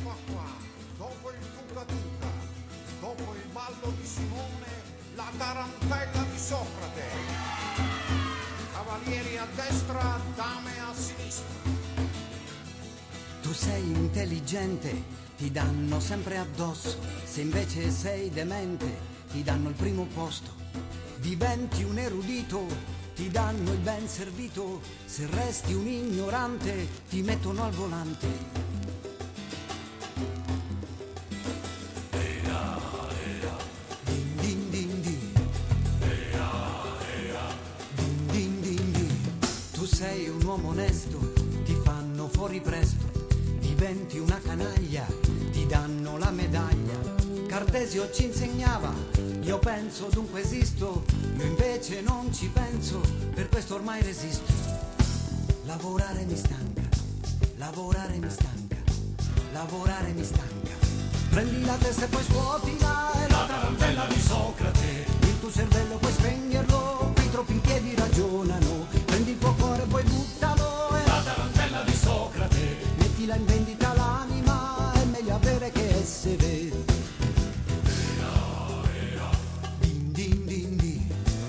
qua qua, dopo il tuca tuca, dopo il ballo di Simone, la tarantella di Socrate. Cavalieri a destra, dame a sinistra. Tu sei intelligente, ti danno sempre addosso. Se invece sei demente, ti danno il primo posto. Diventi un erudito, ti danno il ben servito. Se resti un ignorante, ti mettono al volante. Din din din din. Din din din din. Tu sei un uomo onesto, ti fanno fuori presto. Diventi una canaglia, ti danno la medaglia. Cartesio ci insegnava, io penso dunque esisto. Io invece non ci penso, per questo ormai resisto. Lavorare mi stanca, lavorare mi stanca, lavorare mi stanca. Prendi la testa e poi scuotila, è la tarantella di Socrate. Il tuo cervello puoi spegnerlo, qui troppi in piedi ragionano. Prendi il tuo cuore e poi buttalo, è la tarantella di Socrate. Mettila in vendita l'anima, è meglio avere che essere. Din din din din.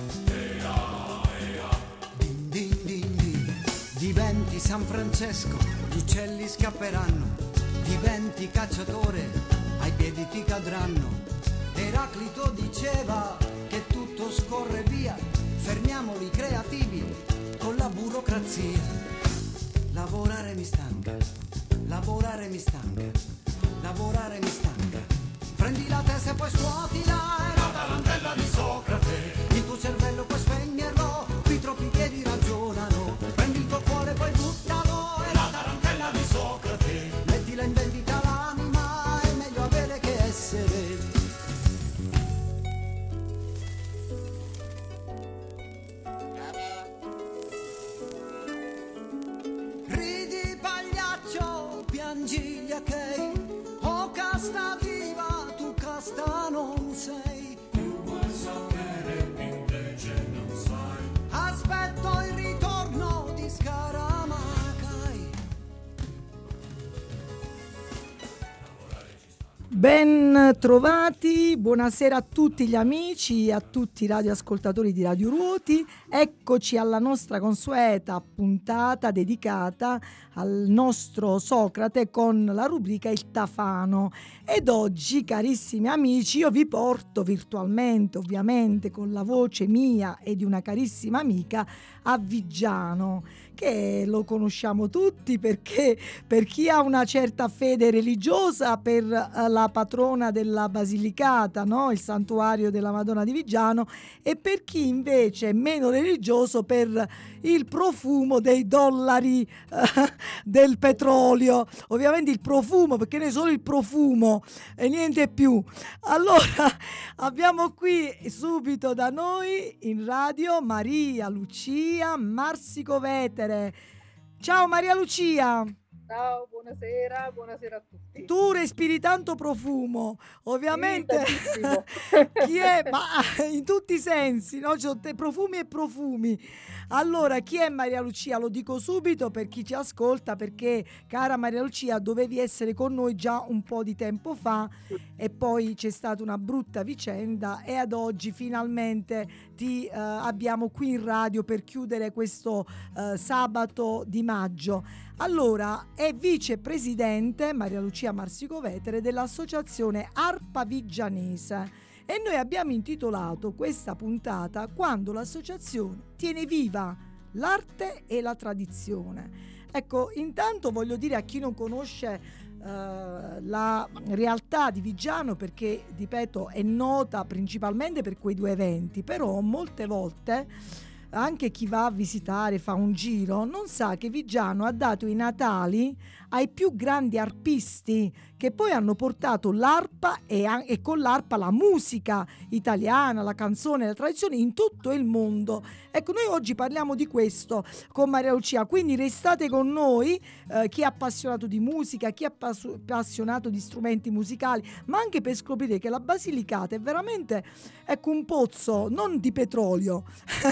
Din din din din. Diventi San Francesco, gli uccelli scapperanno. Diventi cacciatore, ai piedi ti cadranno. Eraclito diceva che tutto scorre via, fermiamoli creativi con la burocrazia. Lavorare mi stanca, lavorare mi stanca, lavorare mi stanca. Prendi la testa e poi scuotila, è la tarantella di Socrate. Il tuo cervello puoi spegnerlo, qui troppi piedi ragionano. Prendi il tuo cuore e poi buttalo, è la tarantella di Socrate. Mettila in vendita l'anima, è meglio avere che essere. Ridi pagliaccio, piangi gli achei, o casta viva, tu casta non sei. Tu vuoi sapere, invece non sai. Aspetto il ritorno di Scaramacai. Ben trovati, buonasera a tutti gli amici e a tutti i radioascoltatori di Radio Ruoti. Eccoci alla nostra consueta puntata dedicata al nostro Socrate con la rubrica Il Tafano. Ed oggi, carissimi amici, io vi porto virtualmente, ovviamente con la voce mia e di una carissima amica, a Viggiano, che lo conosciamo tutti perché per chi ha una certa fede religiosa, per la patrona della Basilicata, no? Il santuario della Madonna di Viggiano, e per chi invece è meno religioso per il profumo dei dollari del petrolio. Ovviamente il profumo, perché ne è solo il profumo e niente più. Allora abbiamo qui subito da noi in radio Maria Lucia Marsicovetere. Ciao Maria Lucia. Ciao, buonasera a tutti. Tu respiri tanto profumo, ovviamente. Sì, Chi è? Ma in tutti i sensi, no? Ci sono profumi e profumi. Allora, chi è Maria Lucia? Lo dico subito per chi ci ascolta, perché cara Maria Lucia, dovevi essere con noi già un po' di tempo fa e poi c'è stata una brutta vicenda e ad oggi finalmente ti abbiamo qui in radio per chiudere questo sabato di maggio. Allora, è vicepresidente Maria Lucia Marsicovetere dell'associazione Arpa Viggianese e noi abbiamo intitolato questa puntata Quando l'associazione tiene viva l'arte e la tradizione. Ecco, intanto voglio dire a chi non conosce la realtà di Viggiano, perché ripeto è nota principalmente per quei due eventi, però molte volte anche chi va a visitare, fa un giro, non sa che Viggiano ha dato i natali ai più grandi arpisti che poi hanno portato l'arpa e con l'arpa la musica italiana, la canzone, la tradizione in tutto il mondo. Ecco, noi oggi parliamo di questo con Maria Lucia, quindi restate con noi, chi è appassionato di musica, chi è appassionato di strumenti musicali, ma anche per scoprire che la Basilicata è veramente, ecco, un pozzo non di petrolio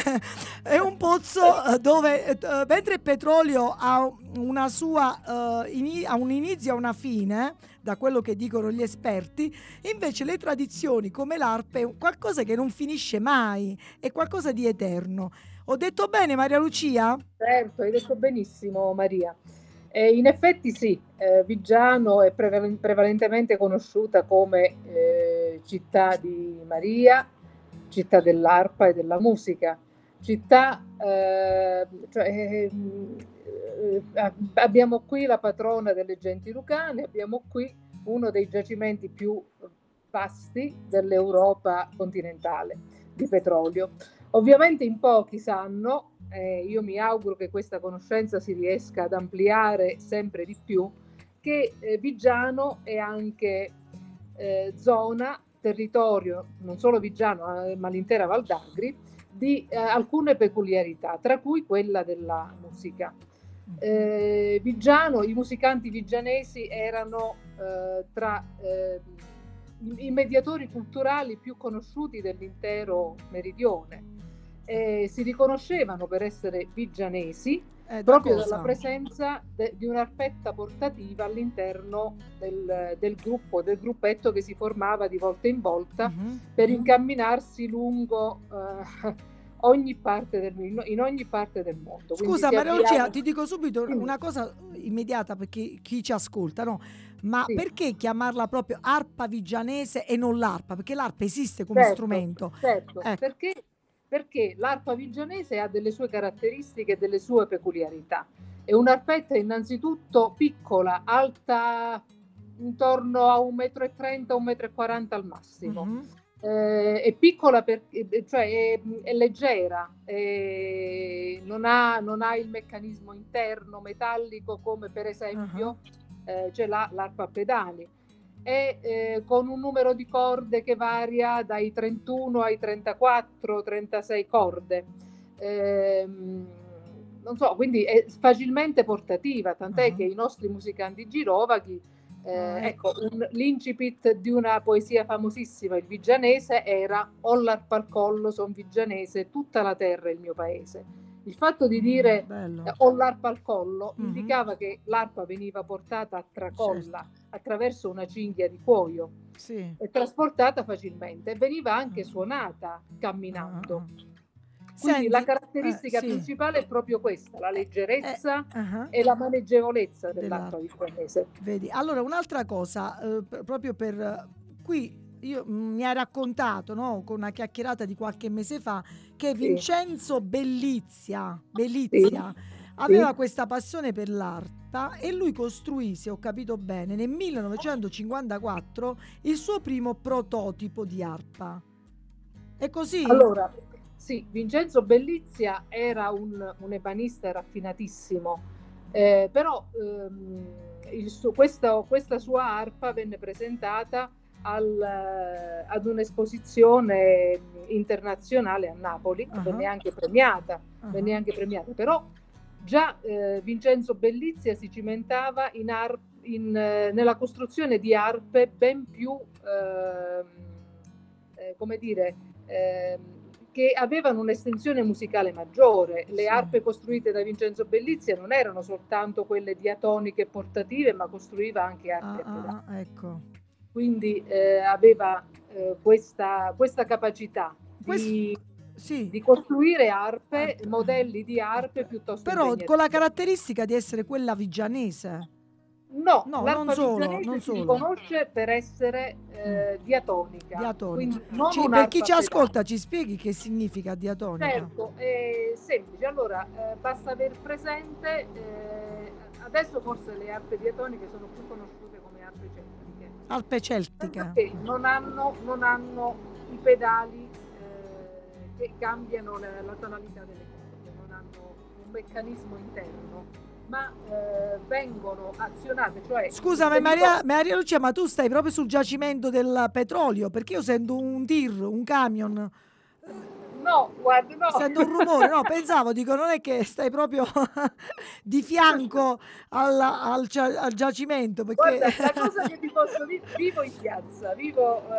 è un pozzo dove mentre il petrolio ha una sua ha un inizio e una fine, da quello che dicono gli esperti. Invece le tradizioni come l'arpa è qualcosa che non finisce mai, è qualcosa di eterno. Ho detto bene, Maria Lucia? Certo, hai detto benissimo, Maria. In effetti sì, Viggiano è prevalentemente conosciuta come città di Maria, città dell'arpa e della musica, città, abbiamo qui la patrona delle genti lucane, abbiamo qui uno dei giacimenti più vasti dell'Europa continentale di petrolio. Ovviamente in pochi sanno, io mi auguro che questa conoscenza si riesca ad ampliare sempre di più, che Viggiano è anche zona, territorio, non solo Viggiano, ma l'intera Val d'Agri, di alcune peculiarità, tra cui quella della musica. Viggiano, i musicanti viggianesi erano tra i mediatori culturali più conosciuti dell'intero meridione. Si riconoscevano per essere viggianesi proprio dalla presenza di un'arpetta portativa all'interno del gruppetto che si formava di volta in volta per incamminarsi lungo ogni parte in ogni parte del mondo. Scusa Maria Lucia, ti dico subito una cosa immediata perché chi ci ascolta, no? Ma Sì. Perché chiamarla proprio arpa viggianese e non l'arpa? Perché l'arpa esiste come strumento. Certo, Ecco. perché l'arpa viggianese ha delle sue caratteristiche e delle sue peculiarità. È un'arpetta innanzitutto piccola, alta intorno a 1,30 m, 1,40 m al massimo. È piccola, cioè è leggera, non ha il meccanismo interno metallico come per esempio c'è l'arpa a pedali. E con un numero di corde che varia dai 31 ai 34, 36 corde. Non so, quindi è facilmente portativa, tant'è che i nostri musicanti girovaghi, ecco, l'incipit di una poesia famosissima, il viggianese, era "Ho l'arpa al collo, son viggianese, tutta la terra è il mio paese". Il fatto di dire "ho l'arpa al collo" indicava che l'arpa veniva portata a tracolla attraverso una cinghia di cuoio e trasportata facilmente, e veniva anche suonata camminando. Quindi la caratteristica principale è proprio questa, la leggerezza e la maneggevolezza dell'arpa viggianese. Vedi, allora un'altra cosa, proprio per qui mi hai raccontato, no, con una chiacchierata di qualche mese fa, che Vincenzo Bellizia aveva questa passione per l'arpa e lui costruì, se ho capito bene, nel 1954 il suo primo prototipo di arpa. È così? Allora, sì, Vincenzo Bellizia era un ebanista raffinatissimo, però questa sua arpa venne presentata ad un'esposizione internazionale a Napoli, venne anche premiata, però già Vincenzo Bellizia si cimentava nella costruzione di arpe ben più, come dire, che avevano un'estensione musicale maggiore. Le arpe costruite da Vincenzo Bellizia non erano soltanto quelle diatoniche e portative, ma costruiva anche arpe a pedali. Ecco. Quindi aveva questa capacità di costruire arpe, modelli di arpe piuttosto però con la caratteristica di essere quella viggianese. No, l'arpa viggianese si riconosce per essere diatonica. Quindi non per chi ci ascolta, ci spieghi che significa diatonica? Certo, è semplice. Allora, basta aver presente, adesso forse le arpe diatoniche sono più conosciute come arpe celtiche. Arpe celtiche. Perché non hanno i pedali che cambiano la tonalità delle corde, non hanno un meccanismo interno, ma vengono azionate, cioè... Scusami Maria Lucia, ma tu stai proprio sul giacimento del petrolio? Perché io sento un tir, un camion. No, guarda, no. Sento un rumore, no, pensavo, dico, non è che stai proprio di fianco al giacimento, perché... Guarda, la cosa che ti posso dire, vivo in piazza,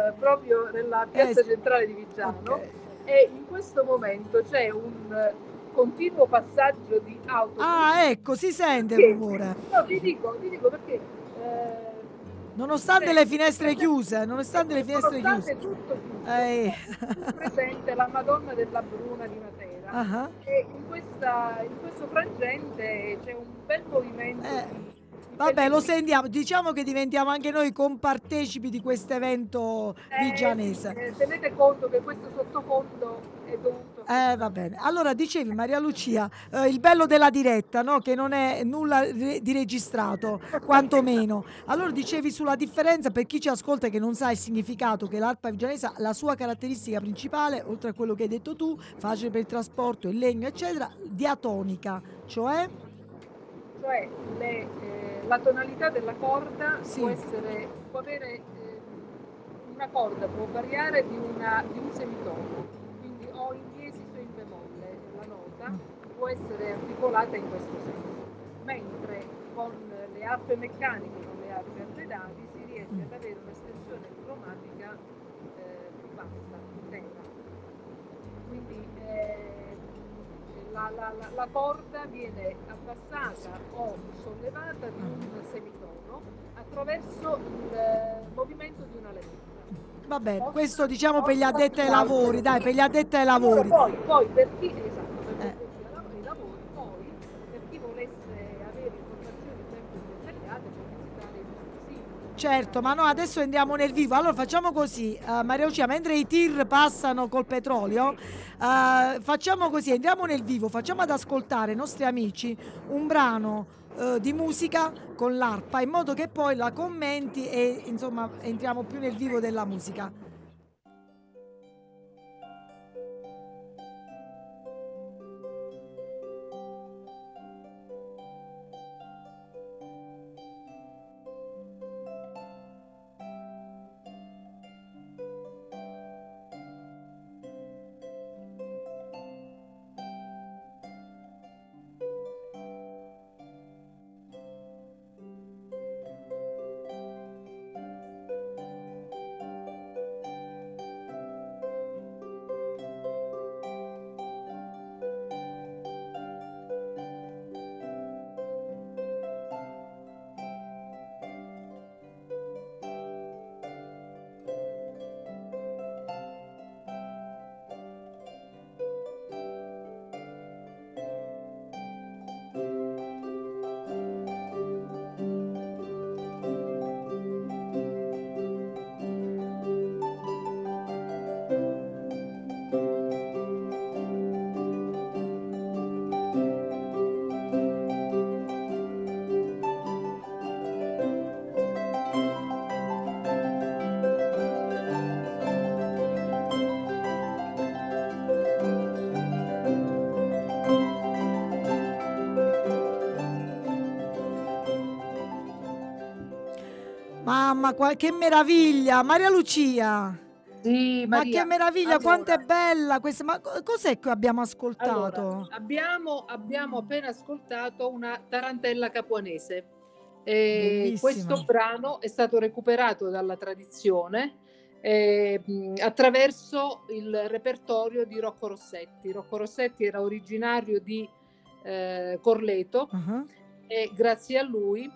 proprio nella piazza centrale di Viggiano, e in questo momento c'è continuo passaggio di auto. Ah, ecco, si sente il Sì. rumore. No, ti dico perché Nonostante le finestre chiuse, nonostante nonostante tutto chiuso, Eh. è presente la Madonna della Bruna di Matera. Ah. E in questo frangente c'è un bel movimento di Vabbè, lo pellegrini. sentiamo, diciamo che diventiamo anche noi compartecipi di questo evento vigianese. Tenete conto che questo sottofondo è dovuto a Va bene. Allora, dicevi Maria Lucia, il bello della diretta, no? Che non è nulla di registrato, quantomeno. Allora dicevi sulla differenza per chi ci ascolta e che non sa il significato, che l'arpa vigianese, la sua caratteristica principale, oltre a quello che hai detto tu, facile per il trasporto, il legno, eccetera, diatonica, cioè cioè la tonalità della corda Sì. può avere una corda può variare di un semitono, quindi o in diesis o in bemolle la nota può essere articolata in questo senso, mentre con le arpe meccaniche, con le arpe a pedali si riesce ad avere un'estensione cromatica più vasta, più tenera. Quindi la corda viene abbassata o sollevata di un semitono attraverso il movimento di una levetta. va bene, questo diciamo per gli addetti ai lavori, dai, per gli addetti ai lavori. Allora, poi per chi esatto, per gli addetti ai lavori, poi per chi volesse avere informazioni sempre più dettagliate può visitare i nostri siti. Certo, ma noi adesso andiamo nel vivo. Allora facciamo così, Maria Lucia, mentre i tir passano col petrolio, facciamo così, entriamo nel vivo, facciamo ad ascoltare ai nostri amici un brano di musica con l'arpa, in modo che poi la commenti e insomma entriamo più nel vivo della musica. Mamma, che meraviglia! Maria Lucia! Sì, Ma che Maria. meraviglia, quanto è Allora, bella questa! Ma cos'è che abbiamo ascoltato? Allora, abbiamo appena ascoltato una tarantella capuanese. Bellissima. Questo brano è stato recuperato dalla tradizione attraverso il repertorio di Rocco Rossetti. Rocco Rossetti era originario di Corleto Uh-huh. e grazie a lui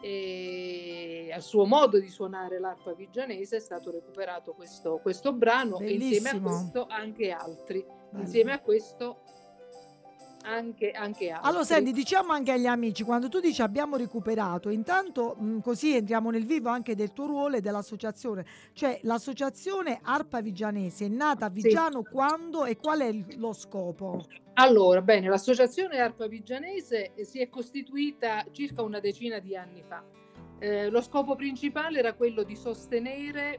e al suo modo di suonare l'arpa vigianese è stato recuperato questo brano e insieme a Bellissimo. questo anche altri. Bello. Insieme a questo anche altri. Allora, senti, diciamo anche agli amici, quando tu dici abbiamo recuperato, intanto così entriamo nel vivo anche del tuo ruolo e dell'associazione. Cioè, l'associazione Arpa Vigianese è nata a Viggiano quando e qual è lo scopo? Allora, bene, l'associazione Arpa Vigianese si è costituita circa una decina di anni fa. Lo scopo principale era quello di sostenere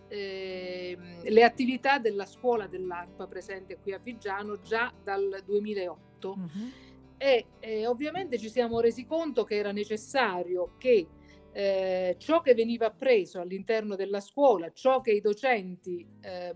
le attività della scuola dell'arpa presente qui a Viggiano già dal 2008. Mhm. E ovviamente ci siamo resi conto che era necessario che ciò che veniva appreso all'interno della scuola, ciò che i docenti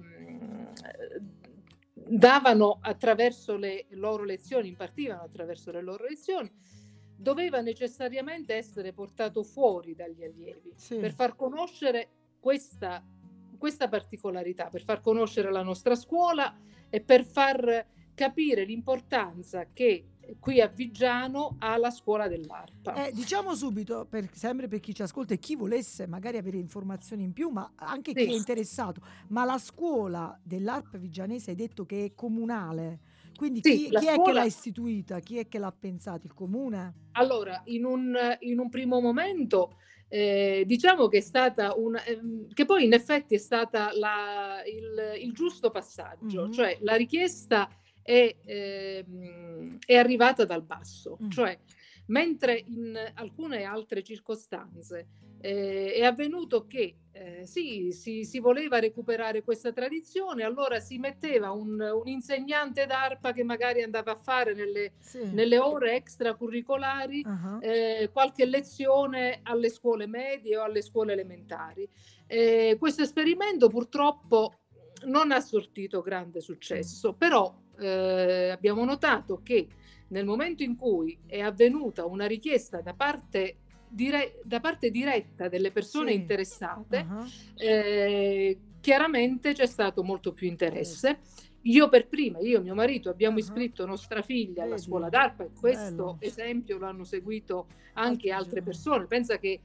davano attraverso le loro lezioni, impartivano attraverso le loro lezioni, doveva necessariamente essere portato fuori dagli allievi per far conoscere questa particolarità, per far conoscere la nostra scuola e per far capire l'importanza che qui a Viggiano ha la scuola dell'arpa. Diciamo subito, sempre per chi ci ascolta e chi volesse magari avere informazioni in più, ma anche Sì. chi è interessato, ma la scuola dell'arpa viggianese hai detto che è comunale, quindi Sì, chi la è che scuola- l'ha istituita? Chi è che l'ha pensato? Il comune? Allora, in un primo momento, diciamo che è stata che poi in effetti è stata il giusto passaggio, Mhm. cioè la richiesta è arrivata dal basso, Mm. cioè mentre in alcune altre circostanze è avvenuto che sì, si voleva recuperare questa tradizione, allora si metteva un insegnante d'arpa che magari andava a fare Sì. nelle ore extracurricolari Ah. qualche lezione alle scuole medie o alle scuole elementari. Questo esperimento purtroppo non ha sortito grande successo, però abbiamo notato che nel momento in cui è avvenuta una richiesta da parte diretta delle persone Sì. interessate, Ah. chiaramente c'è stato molto più interesse. Io per prima, io e mio marito abbiamo Ah. nostra nostra figlia alla Vedi? scuola d'arpa e questo Bello. esempio lo hanno seguito Altri anche altre giovani. persone. Pensa che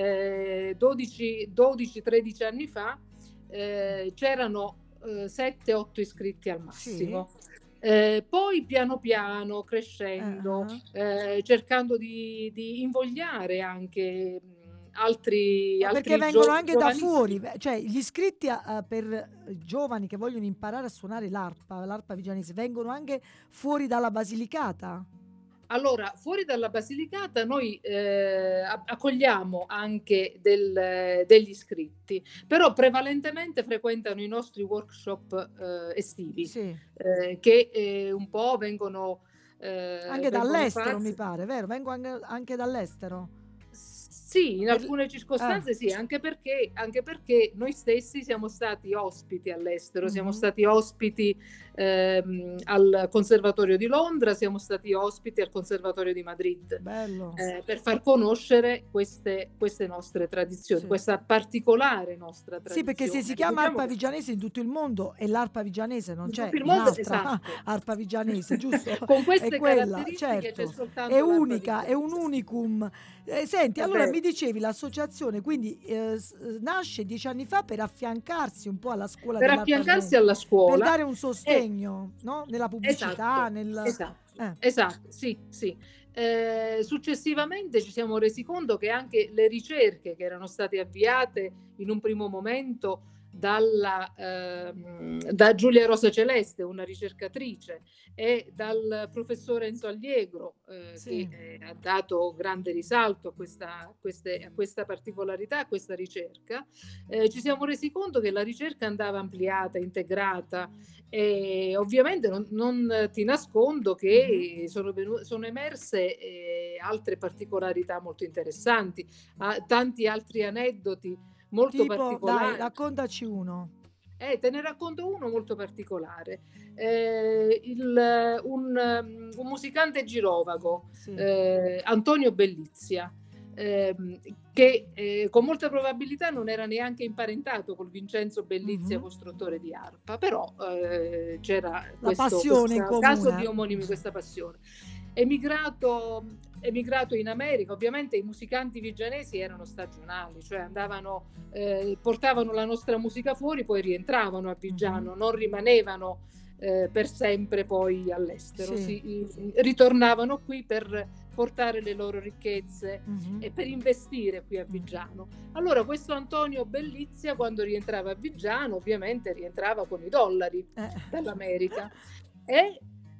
12-13 anni fa c'erano 7-8 iscritti al massimo. Poi piano piano crescendo, cercando di invogliare anche altri perché vengono anche da giovanissimi. fuori, cioè gli iscritti per giovani che vogliono imparare a suonare l'arpa viggianese, vengono anche fuori dalla Basilicata? Allora, fuori dalla Basilicata noi accogliamo anche degli iscritti, però prevalentemente frequentano i nostri workshop estivi, Sì. che un po' vengono Anche dall'estero, fatti. mi pare, vero? Vengo anche dall'estero. Sì, in alcune circostanze sì, anche perché noi stessi siamo stati ospiti all'estero, siamo stati ospiti al Conservatorio di Londra, siamo stati ospiti al Conservatorio di Madrid. Bello. Per far conoscere queste nostre tradizioni, Sì. questa particolare nostra tradizione. Sì, perché se si chiama arpa viggianese in tutto il mondo è l'arpa viggianese, non c'è un'altra esatto. arpa viggianese, giusto? Con queste è quella, caratteristiche certo. c'è soltanto È l'arpa unica, è un viggianese. unicum. Senti, È allora vero. mi dicevi l'associazione quindi nasce 10 anni fa per affiancarsi un po' alla scuola Per dell'arpa affiancarsi viggianese, alla scuola. per dare un sostegno, no? Nella pubblicità, Esatto, sì. Successivamente ci siamo resi conto che anche le ricerche che erano state avviate in un primo momento da Giulia Rosa Celeste, una ricercatrice, e dal professore Enzo Allegro, che ha dato grande risalto a questa particolarità, a questa ricerca, ci siamo resi conto che la ricerca andava ampliata, integrata, e ovviamente non ti nascondo che sono emerse altre particolarità molto interessanti, tanti altri aneddoti molto tipo, particolari. dai, raccontaci uno. Te ne racconto uno molto particolare. Un musicante girovago, Sì. Antonio Bellizia, che con molta probabilità non era neanche imparentato col Vincenzo Bellizia, costruttore di arpa, però c'era questo caso di omonimi, questa passione. Emigrato in America, ovviamente i musicanti viggianesi erano stagionali, cioè andavano, portavano la nostra musica fuori, poi rientravano a Viggiano, non rimanevano per sempre poi all'estero, ritornavano qui per portare le loro ricchezze e per investire qui a Viggiano. Allora questo Antonio Bellizia, quando rientrava a Viggiano, ovviamente rientrava con i dollari dall'America e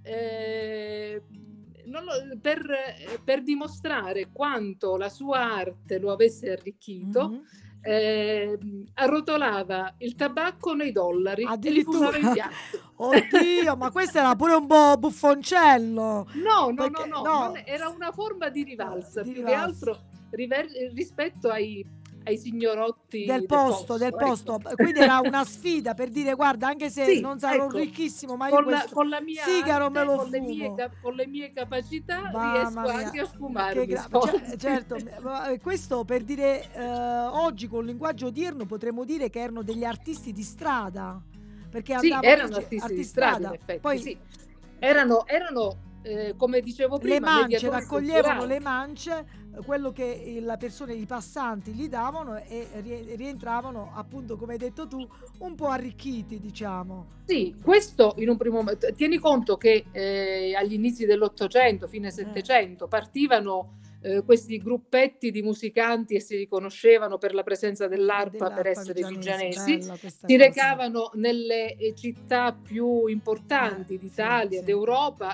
per dimostrare quanto la sua arte lo avesse arricchito, arrotolava il tabacco nei dollari e li fumava in piazza. Oddio, ma questo era pure un po' buffoncello. No, era una forma di rivalsa, più che altro rispetto ai signorotti del posto. Ecco. Quindi era una sfida per dire: guarda, anche se non sarò ricchissimo, ma io con la mia sigaro arte, me lo con fumo. Con le mie capacità Mamma riesco mia, anche a fumare. Certo, questo per dire oggi con il linguaggio odierno potremmo dire che erano degli artisti di strada, perché erano artisti di strada, in effetti, poi erano come dicevo Le prima, mance, mediatori raccoglievano culturali. le mance, quello che la persona, i passanti gli davano e rientravano appunto, come hai detto tu, un po' arricchiti, diciamo. Sì, questo in un primo momento. Tieni conto che agli inizi dell'Ottocento, fine Settecento, partivano questi gruppetti di musicanti e si riconoscevano per la presenza dell'arpa per essere vigianesi. Bella questa Si cosa. recavano nelle città più importanti d'Italia, sì. d'Europa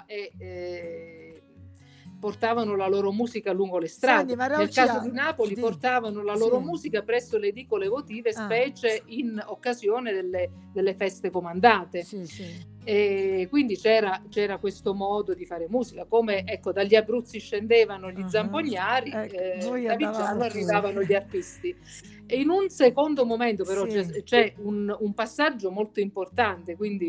e portavano la loro musica lungo le strade. Senti, Maria Nel Lucia, caso di Napoli portavano la loro musica presso le edicole votive, specie in occasione delle feste comandate. Sì. E quindi c'era questo modo di fare musica, come ecco, dagli Abruzzi scendevano gli zampognari, da Viggiano arrivavano gli arpisti. E in un secondo momento però c'è un passaggio molto importante, quindi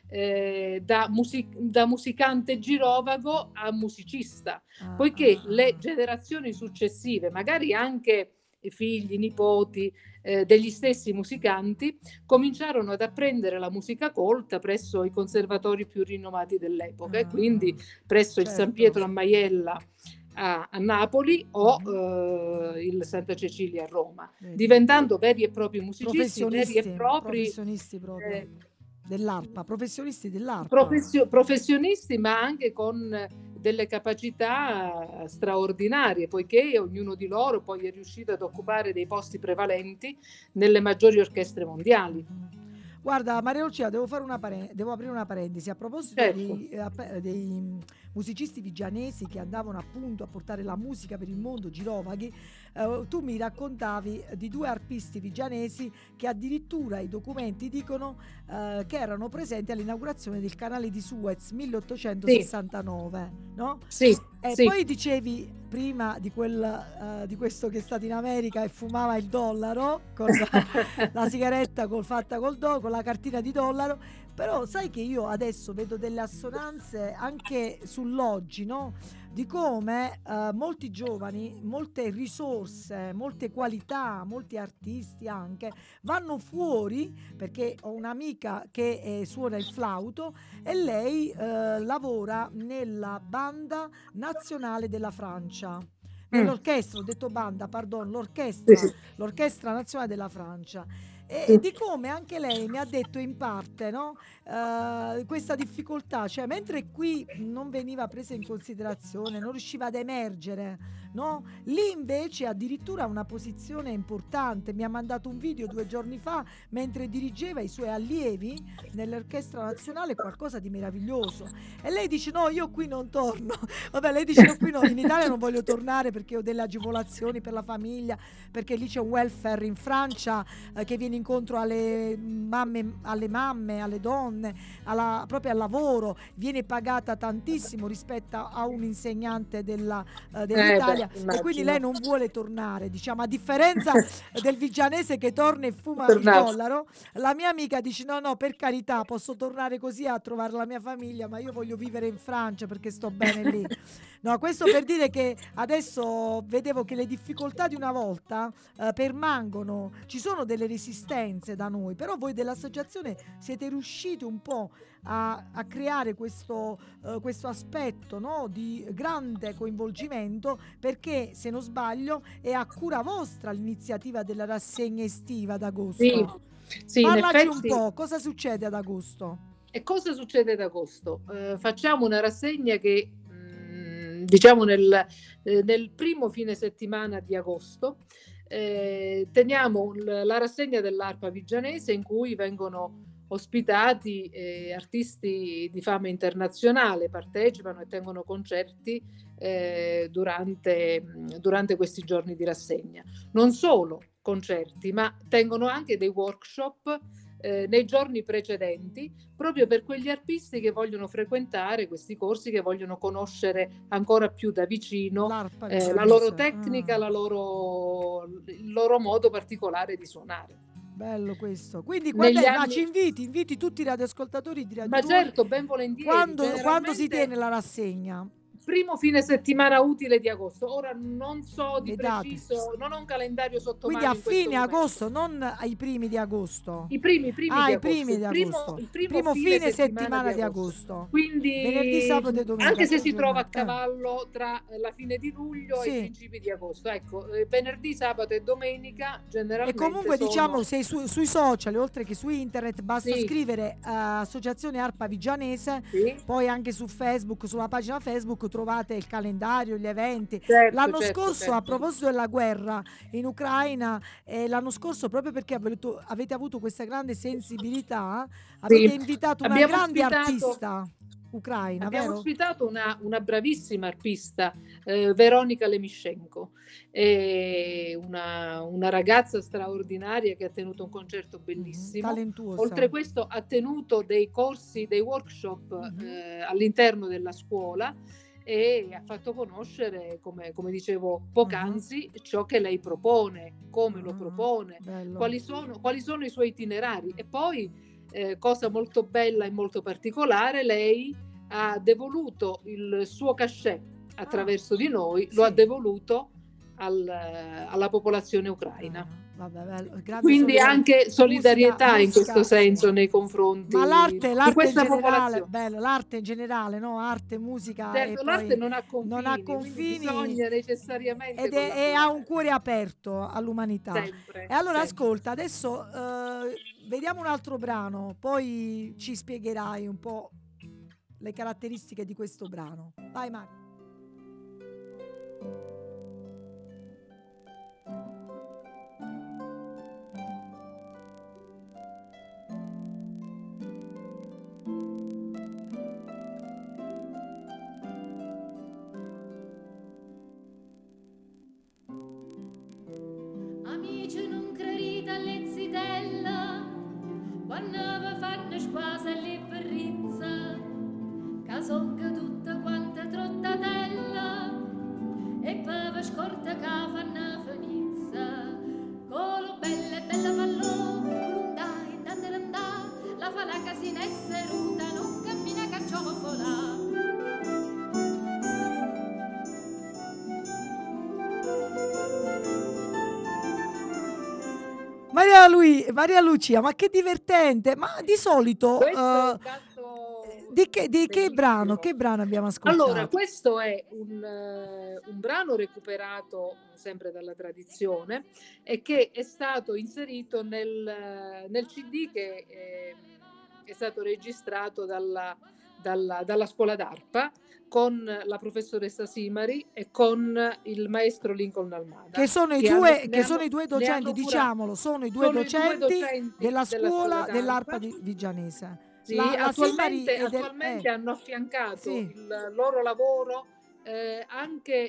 da musicante girovago a musicista, poiché le generazioni successive, magari anche i figli, nipoti degli stessi musicanti, cominciarono ad apprendere la musica colta presso i conservatori più rinomati dell'epoca, e quindi presso il San Pietro a Maiella a Napoli o il Santa Cecilia a Roma, diventando veri e propri musicisti, veri e propri professionisti proprio dell'arpa, professionisti dell'arpa. Professionisti, ma anche con delle capacità straordinarie, poiché ognuno di loro poi è riuscito ad occupare dei posti prevalenti nelle maggiori orchestre mondiali. Guarda, Maria Lucia, devo aprire una parentesi a proposito dei musicisti vigianesi che andavano appunto a portare la musica per il mondo, girovaghi. Tu mi raccontavi di 2 arpisti vigianesi che addirittura i documenti dicono che erano presenti all'inaugurazione del canale di Suez 1869, no? Sì. Poi dicevi prima di questo che è stato in America e fumava il dollaro con la sigaretta fatta con la cartina di dollaro. Però sai che io adesso vedo delle assonanze anche sull'oggi, no? Di come molti giovani, molte risorse, molte qualità, molti artisti anche vanno fuori, perché ho un'amica che suona il flauto e lei lavora nella banda nazionale della Francia. Nell'orchestra, ho detto banda, pardon, l'orchestra nazionale della Francia. E di come anche lei mi ha detto in parte, no? Questa difficoltà, cioè mentre qui non veniva presa in considerazione, non riusciva ad emergere, no? Lì invece addirittura una posizione importante. Mi ha mandato un video 2 giorni fa mentre dirigeva i suoi allievi nell'orchestra nazionale, qualcosa di meraviglioso. E lei dice no, io qui non torno. Vabbè, lei dice no, qui no, in Italia non voglio tornare perché ho delle agevolazioni per la famiglia, perché lì c'è un welfare in Francia che viene incontro alle mamme, alle donne, proprio al lavoro, viene pagata tantissimo rispetto a un insegnante dell'Italia, e quindi lei non vuole tornare, diciamo, a differenza del vigianese che torna e fuma il dollaro. La mia amica dice no, per carità, posso tornare così a trovare la mia famiglia, ma io voglio vivere in Francia perché sto bene lì. No, questo per dire che adesso vedevo che le difficoltà di una volta permangono, ci sono delle resistenze da noi, però voi dell'associazione siete riusciti un po' a creare questo aspetto, no, di grande coinvolgimento, perché se non sbaglio è a cura vostra l'iniziativa della rassegna estiva ad agosto. Sì, parlaci un po', cosa succede ad agosto? E cosa succede ad agosto? Facciamo una rassegna che diciamo nel primo fine settimana di agosto teniamo la rassegna dell'arpa vigianese, in cui vengono ospitati artisti di fama internazionale, partecipano e tengono concerti durante questi giorni di rassegna. Non solo concerti, ma tengono anche dei workshop nei giorni precedenti, proprio per quegli artisti che vogliono frequentare questi corsi, che vogliono conoscere ancora più da vicino la loro tecnica, il loro modo particolare di suonare. Bello questo. Quindi quando ci inviti tutti i radioascoltatori di Radio Ma certo, ben volentieri. Quando si tiene la rassegna? primo fine settimana utile di agosto. Ora non so di Le date. preciso, non ho un calendario sotto Quindi mano a in questo fine momento. agosto, non ai primi di agosto. I primi di I agosto. primi di Il primo- agosto. il primo fine settimana di agosto. Quindi Venerdì, sabato e domenica. anche se 3 si trova a giornate. cavallo tra la fine di luglio e Sì. i principi di agosto. Ecco, venerdì, sabato e domenica E generalmente comunque sono... diciamo se sui social, oltre che su internet, basta Sì. scrivere Associazione Arpa Vigianese, Sì, poi anche su Facebook, sulla pagina Facebook trovate il calendario, gli eventi. certo, L'anno certo, scorso, a certo. proposito della guerra in Ucraina, l'anno scorso, proprio perché avete avuto questa grande sensibilità, avete invitato una Abbiamo grande ospitato- artista ucraina, Abbiamo vero? ospitato una bravissima arpista, Veronica Lemiscenko, una ragazza straordinaria che ha tenuto un concerto bellissimo. Talentuosa. Oltre questo ha tenuto dei corsi, dei workshop all'interno della scuola e ha fatto conoscere, come dicevo poc'anzi, ciò che lei propone, come lo propone, Bello. quali sono i suoi itinerari. E poi, cosa molto bella e molto particolare, lei ha devoluto il suo cachet attraverso di noi, lo sì. ha devoluto alla popolazione ucraina. Vabbè, bello, grande Quindi anche solidarietà in musica, questo senso sì. nei confronti Ma l'arte di in questa generale, popolazione. bello, l'arte in generale, no? Arte, musica Certo, e l'arte poi non ha confini, non ha quindi confini bisogna necessariamente ed ha un cuore aperto all'umanità. sempre. E allora sempre. ascolta, adesso vediamo un altro brano, poi ci spiegherai un po' le caratteristiche di questo brano. Vai Mario. Amici non credete alle zitella quando vi fanno squasa e li verrizza che son che tutte quante trottatella e poi vi scorta che fanno finizza con lo bella pallò l'undai d'andarandà la falaca si ne seruta non cammina cacciofola. Maria Lucia, ma che divertente! Ma di solito Questo è un canto di che bellissimo. brano abbiamo ascoltato? Allora, questo è un brano recuperato sempre dalla tradizione e che è stato inserito nel CD che è stato registrato dalla scuola d'arpa con la professoressa Simari e con il maestro Lincoln Almada. Che sono i due docenti, diciamolo, sono i due docenti della scuola dell'arpa di Vigianese. Sì, La Simari attualmente hanno affiancato sì. il loro lavoro anche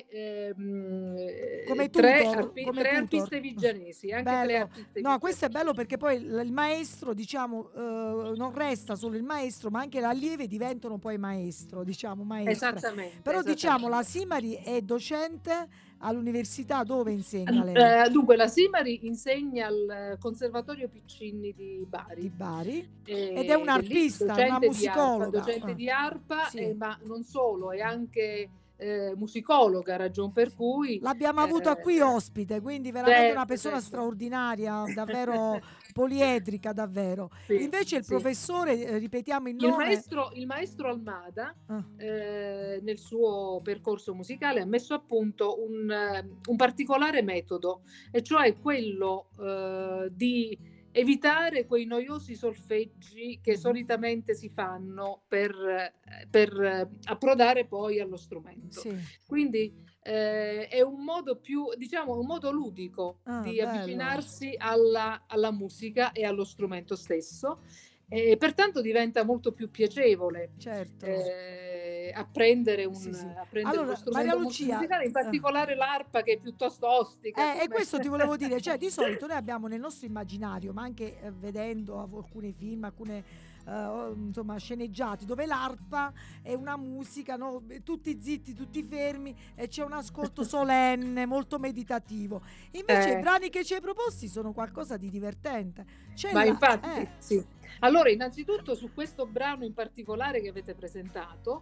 come tre tutor. artiste vigianesi. Anche Bello. tre artiste No, questo è vigianesi. bello perché poi il maestro, diciamo, non resta solo il maestro, ma anche l'allieve diventano poi maestro, diciamo, maestra. Esattamente. Però esattamente. diciamo la Simari è docente all'università, dove insegna lei? Dunque, la Simari insegna al Conservatorio Piccinni di Di Bari. Bari. Ed è un'arpista, una musicologa. Docente di arpa, Sì. ma non solo, è anche musicologa, ragion per cui L'abbiamo avuta qui ospite, quindi veramente certo, una persona certo. straordinaria, davvero poliedrica, davvero. Sì, Invece il sì. professore, ripetiamo il nome. Il maestro Almada, Ah. nel suo percorso musicale, ha messo a punto un particolare metodo, e cioè quello di evitare quei noiosi solfeggi che solitamente si fanno per approdare poi allo strumento. Sì. Quindi è un modo più, diciamo, un modo ludico di bello. avvicinarsi alla musica e allo strumento stesso, e pertanto diventa molto più piacevole Certo. apprendere Sì. apprendere Allora, uno strumento Maria Lucia, musicale, in particolare l'arpa, che è piuttosto ostica. E questo ti volevo dire, cioè di solito noi abbiamo nel nostro immaginario, ma anche vedendo alcuni film, alcune insomma sceneggiati, dove l'arpa è una musica, no? Tutti zitti, tutti fermi, e c'è un ascolto solenne, molto meditativo. Invece i brani che ci hai proposti sono qualcosa di divertente. Ma infatti, sì. Allora, innanzitutto su questo brano in particolare che avete presentato,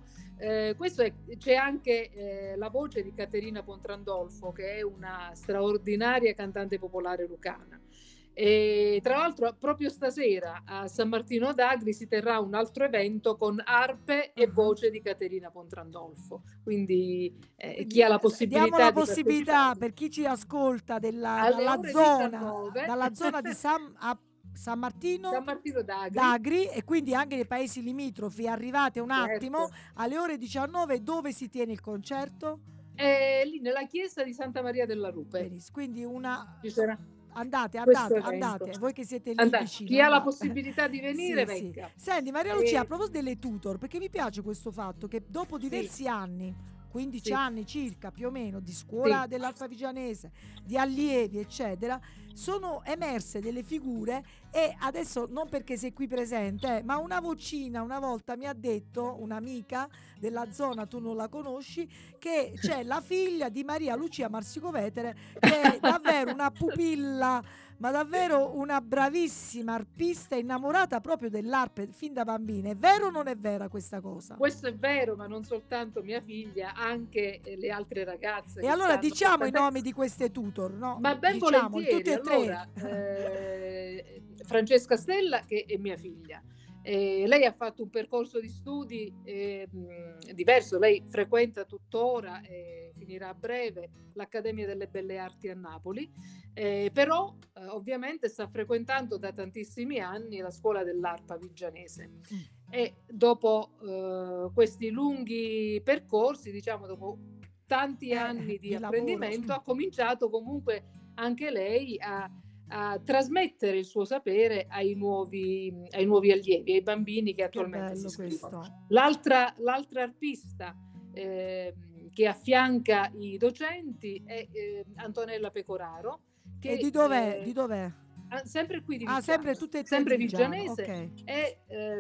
c'è anche la voce di Caterina Pontrandolfo, che è una straordinaria cantante popolare lucana. E tra l'altro proprio stasera a San Martino d'Agri si terrà un altro evento con arpe e voce di Caterina Pontrandolfo, quindi chi ha la possibilità diamo la di possibilità per chi ci ascolta dalla zona di San Martino d'Agri, e quindi anche nei paesi limitrofi, arrivate un attimo alle ore 19. Dove si tiene il concerto? Lì nella chiesa di Santa Maria della Rupe. Benissimo, quindi ci sarà andate, voi che siete lì vicino. Chi ha la possibilità di venire, venga. Senti Maria Lucia, a proposito delle tutor, perché mi piace questo fatto che dopo diversi anni, 15 anni circa più o meno, di scuola dell'arpa vigianese, di allievi eccetera, sono emerse delle figure. E adesso, non perché sei qui presente, ma una vocina una volta mi ha detto, un'amica della zona, tu non la conosci, che c'è la figlia di Maria Lucia Marsicovetere, che è davvero una pupilla, ma davvero una bravissima arpista, innamorata proprio dell'arpe fin da bambina. È vero o non è vera questa cosa? Questo è vero, ma non soltanto mia figlia, anche le altre ragazze. E allora diciamo i nomi di queste tutor, no? Ma ben volentieri. Tutti e allora, Francesca Stella, che è mia figlia. Lei ha fatto un percorso di studi diverso, lei frequenta tuttora e finirà a breve l'Accademia delle Belle Arti a Napoli, però ovviamente sta frequentando da tantissimi anni la scuola dell'arpa vigianese. E dopo questi lunghi percorsi, diciamo dopo tanti anni di apprendimento, ha cominciato comunque anche lei a trasmettere il suo sapere ai nuovi allievi, ai bambini che attualmente si iscrivono. L'altra arpista che affianca i docenti è Antonella Pecoraro. Che, e di dov'è? Sempre qui di Vigiano, sempre vigianese, e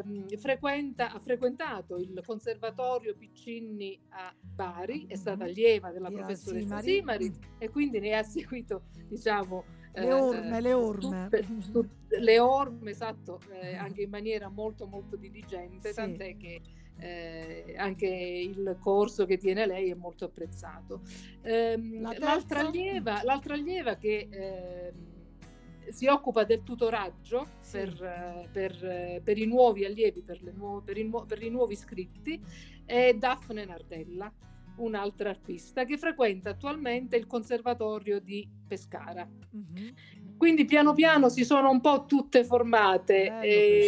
ha frequentato il Conservatorio Piccinni a Bari, è stata allieva della professoressa Simari, e quindi ne ha seguito, diciamo, le orme, le orme, esatto, anche in maniera molto molto diligente, tant'è che anche il corso che tiene lei è molto apprezzato. L'altra allieva che si occupa del tutoraggio per i nuovi allievi, per i nuovi iscritti, è Daphne Nardella, un'altra arpista che frequenta attualmente il Conservatorio di Pescara. Quindi piano piano si sono un po' tutte formate,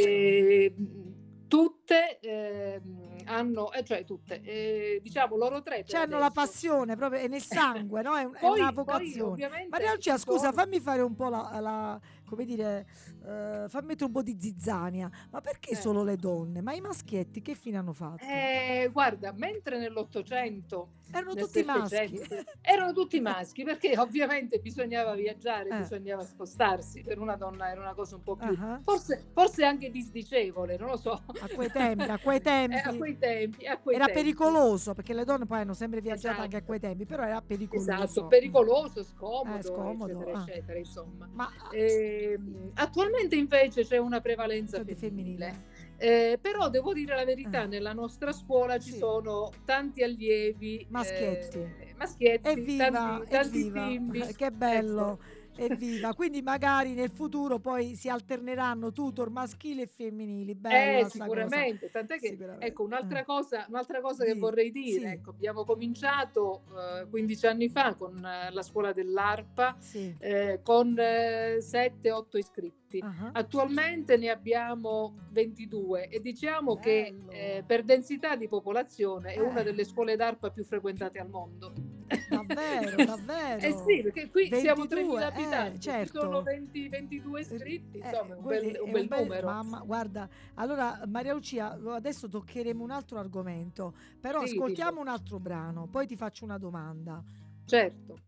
tutte hanno, cioè tutte, diciamo loro tre hanno la passione proprio, è nel sangue, no? È una vocazione. Maria Lucia, scusa, fammi fare un po' come dire, fammi mettere un po' di zizzania. Ma perché solo le donne? Ma i maschietti che fine hanno fatto? Guarda, mentre nell'Ottocento erano tutti maschi. Erano tutti maschi, perché ovviamente bisognava viaggiare, bisognava spostarsi. Per una donna era una cosa un po' più, forse anche disdicevole, non lo so. A quei tempi era pericoloso, perché le donne poi hanno sempre viaggiato anche a quei tempi, però era pericoloso. Esatto, pericoloso, scomodo. Eccetera, insomma. Ma attualmente invece c'è una prevalenza femminile. Però devo dire la verità, nella nostra scuola ci sono tanti allievi maschietti, evviva, tanti bimbi. Che bello, evviva. Quindi magari nel futuro poi si alterneranno tutor maschili e femminili. Bella sicuramente, tant'è che ecco un'altra cosa che vorrei dire, ecco, abbiamo cominciato 15 anni fa con la scuola dell'arpa, con 7-8 iscritti. Attualmente ne abbiamo 22 e diciamo che per densità di popolazione è una delle scuole d'arpa più frequentate al mondo. Davvero? Sì, perché qui 22, siamo 3.000 abitanti, certo. ci sono 22 iscritti, insomma un bel numero. Mamma, guarda, allora Maria Lucia, adesso toccheremo un altro argomento, però ascoltiamo un altro brano, poi ti faccio una domanda. Certo.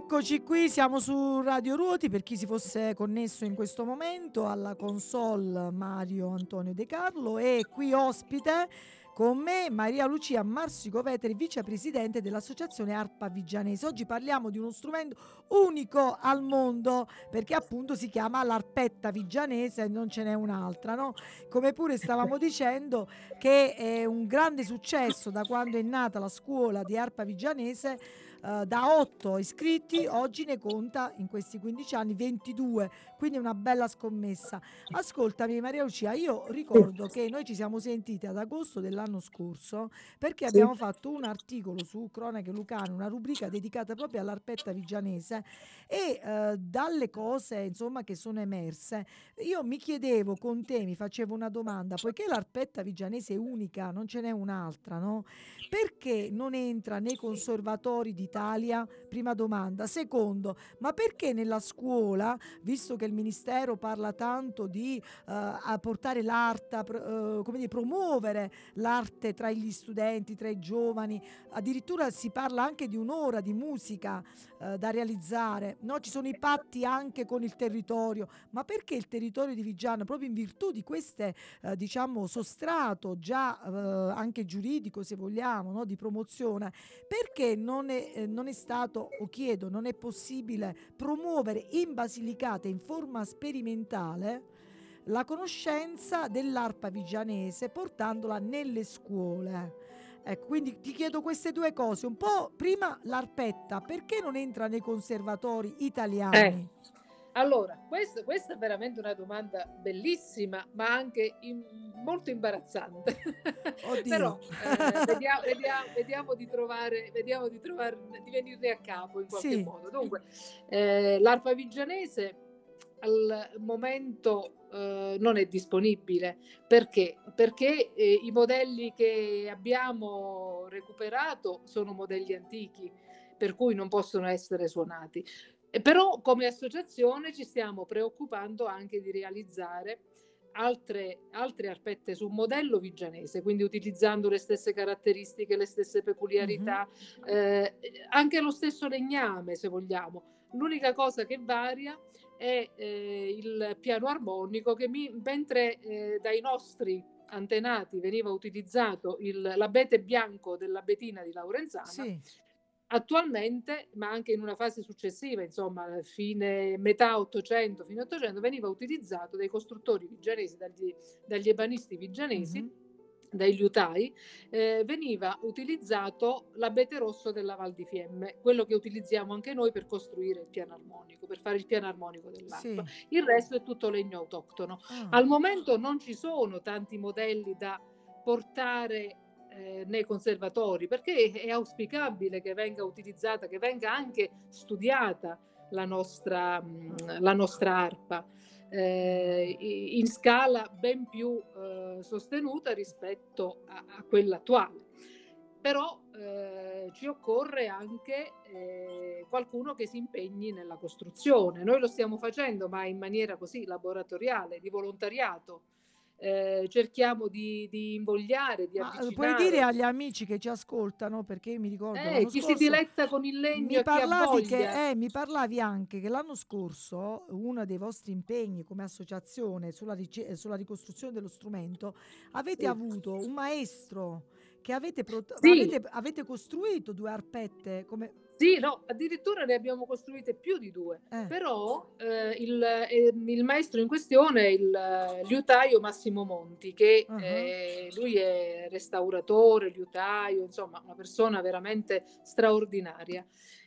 Eccoci qui, siamo su Radio Ruoti per chi si fosse connesso in questo momento, alla console Mario Antonio De Carlo, e qui ospite con me Maria Lucia Marsico-Veteri, vicepresidente dell'associazione Arpa Vigianese. Oggi parliamo di uno strumento unico al mondo perché appunto si chiama l'arpetta vigianese e non ce n'è un'altra, no? Come pure stavamo dicendo che è un grande successo da quando è nata la scuola di arpa vigianese. Da 8 iscritti oggi ne conta in questi 15 anni 22, quindi è una bella scommessa. Ascoltami Maria Lucia, io ricordo che noi ci siamo sentite ad agosto dell'anno scorso perché abbiamo fatto un articolo su Cronache Lucane, una rubrica dedicata proprio all'arpetta vigianese, e dalle cose insomma che sono emerse io mi chiedevo con te, mi facevo una domanda: poiché l'arpetta vigianese è unica, non ce n'è un'altra, no? Perché non entra nei conservatori d'Italia? Prima domanda. Secondo, ma perché nella scuola, visto che il Ministero parla tanto di a portare l'arte, come dire, promuovere l'arte tra gli studenti, tra i giovani, addirittura si parla anche di un'ora di musica da realizzare, no? Ci sono i patti anche con il territorio, ma perché il territorio di Viggiano, proprio in virtù di queste diciamo sostrato già anche giuridico, se vogliamo, no? Di promozione, perché non è stato, o chiedo, non è possibile promuovere in Basilicata in forma sperimentale la conoscenza dell'arpa vigianese portandola nelle scuole? Ecco, quindi ti chiedo queste due cose. Un po' prima l'arpetta, perché non entra nei conservatori italiani? Allora, questa è veramente una domanda bellissima, ma anche molto imbarazzante. Oddio. Però vediamo di trovare, di venirne a capo in qualche Sì. modo. Dunque, l'arpa vigianese al momento non è disponibile. Perché? Perché i modelli che abbiamo recuperato sono modelli antichi, per cui non possono essere suonati. Però come associazione ci stiamo preoccupando anche di realizzare altre arpette su modello vigianese, quindi utilizzando le stesse caratteristiche, le stesse peculiarità, anche lo stesso legname, se vogliamo. L'unica cosa che varia è il piano armonico, che mentre dai nostri antenati veniva utilizzato l'abete bianco dell'abetina di Laurenzana, Sì. attualmente, ma anche in una fase successiva, insomma, metà 800, fine 800, veniva utilizzato dai costruttori vigianesi, dagli ebanisti vigianesi, dai liutai, veniva utilizzato l'abete rosso della Val di Fiemme, quello che utilizziamo anche noi per costruire il piano armonico, per fare il piano armonico dell'arpa. Sì. Il resto è tutto legno autoctono. Al momento non ci sono tanti modelli da portare nei conservatori, perché è auspicabile che venga utilizzata, che venga anche studiata la nostra arpa in scala ben più sostenuta rispetto a quella attuale. Però ci occorre anche qualcuno che si impegni nella costruzione. Noi lo stiamo facendo, ma in maniera così laboratoriale, di volontariato. Cerchiamo di invogliare, di avvicinare. Puoi dire agli amici che ci ascoltano, perché mi ricordo l'anno chi scorso si diletta con il legno, mi parlavi anche che l'anno scorso uno dei vostri impegni come associazione sulla ricostruzione dello strumento avete avuto un maestro che avete costruito 2 arpette come... Sì, no, addirittura ne abbiamo costruite più di 2, però il maestro in questione è il liutaio Massimo Monti, che lui è restauratore, liutaio, insomma una persona veramente straordinaria.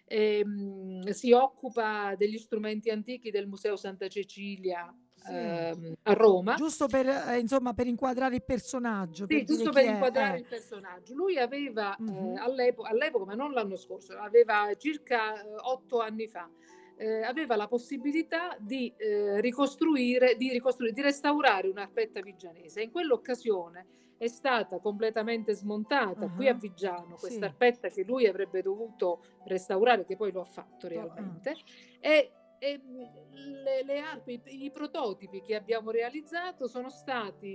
Si occupa degli strumenti antichi del Museo Santa Cecilia a Roma. Giusto per insomma per inquadrare il personaggio. Sì, giusto per inquadrare il personaggio. Lui aveva all'epoca, ma non l'anno scorso, aveva circa 8 anni fa, aveva la possibilità di restaurare un'arpetta vigianese. In quell'occasione è stata completamente smontata qui a Viggiano questa arpetta che lui avrebbe dovuto restaurare, che poi lo ha fatto realmente, e le arpe, i prototipi che abbiamo realizzato sono stati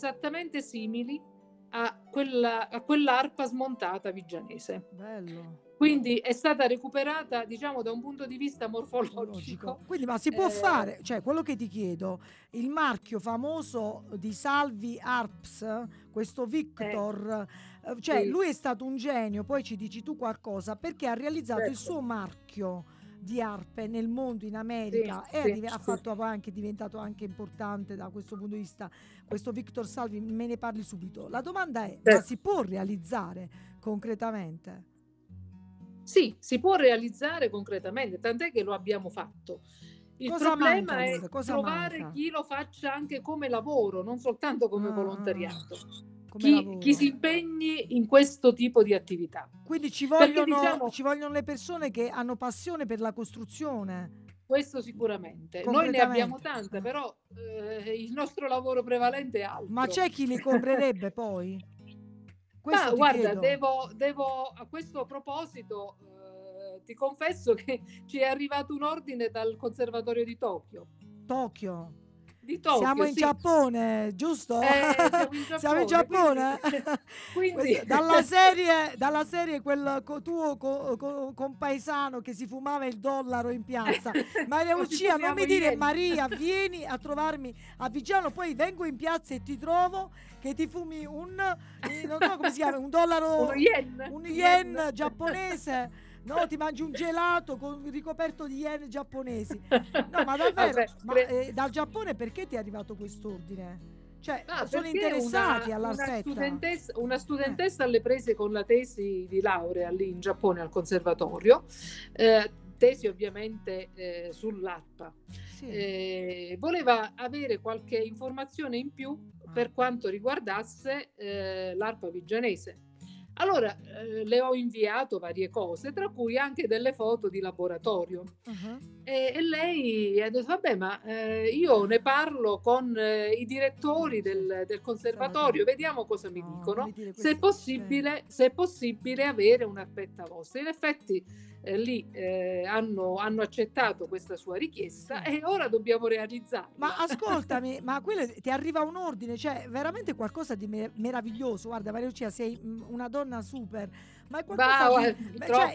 esattamente simili a quell'arpa smontata vigianese. Bello. Quindi è stata recuperata, diciamo, da un punto di vista morfologico. Quindi, ma si può fare, cioè quello che ti chiedo, il marchio famoso di Salvi Harps, questo Victor, cioè Sì. lui è stato un genio, poi ci dici tu qualcosa, perché ha realizzato il Certo. suo marchio di arpe nel mondo, in America, Sì, e sì, ha fatto anche, è diventato anche importante da questo punto di vista. Questo Victor Salvi, me ne parli subito. La domanda è, ma certo. si può realizzare concretamente? Sì, si può realizzare concretamente, tant'è che lo abbiamo fatto. Il Cosa problema manca è allora? Cosa trovare manca? chi lo faccia anche come lavoro, non soltanto come volontariato. Come Chi lavoro. si impegni in questo tipo di attività. Quindi Perché diciamo, ci vogliono le persone che hanno passione per la costruzione, questo sicuramente. Noi ne abbiamo concretamente. tante, però il nostro lavoro prevalente è Ma altro. c'è chi li comprerebbe poi? Questo Ma ti guarda, chiedo. devo a questo proposito ti confesso che ci è arrivato un ordine dal Conservatorio di Tokyo. Tokyo. Di Siamo Tokyo, in sì. Giappone, giusto? Siamo in Siamo in Giappone, Giappone? quindi Dalla serie quel tuo compaesano che si fumava il dollaro in piazza. Maria Ci Lucia, non fumiamo mi dire ieri. Maria, vieni a trovarmi a Viggiano, poi vengo in piazza e ti trovo che ti fumi non so come si chiama, un dollaro, Uno yen. un yen giapponese. No, ti mangi un gelato ricoperto di yen giapponesi. No, ma davvero, Vabbè, dal Giappone perché ti è arrivato quest'ordine? Cioè, sono perché interessati all'arpetta. una studentessa alle prese con la tesi di laurea lì in Giappone al conservatorio, tesi ovviamente sull'arpa. Sì. Voleva avere qualche informazione in più per quanto riguardasse l'arpa vigianese. Allora le ho inviato varie cose, tra cui anche delle foto di laboratorio. E lei ha detto: vabbè, ma io ne parlo con i direttori del conservatorio, vediamo cosa mi dicono, se è possibile avere un'arpetta vostra. In effetti lì hanno accettato questa sua richiesta e ora dobbiamo realizzarla. Ma ascoltami, ma quello ti arriva un ordine, cioè veramente qualcosa di meraviglioso. Guarda, Maria Lucia, sei una donna super, ma è qualcosa di cioè,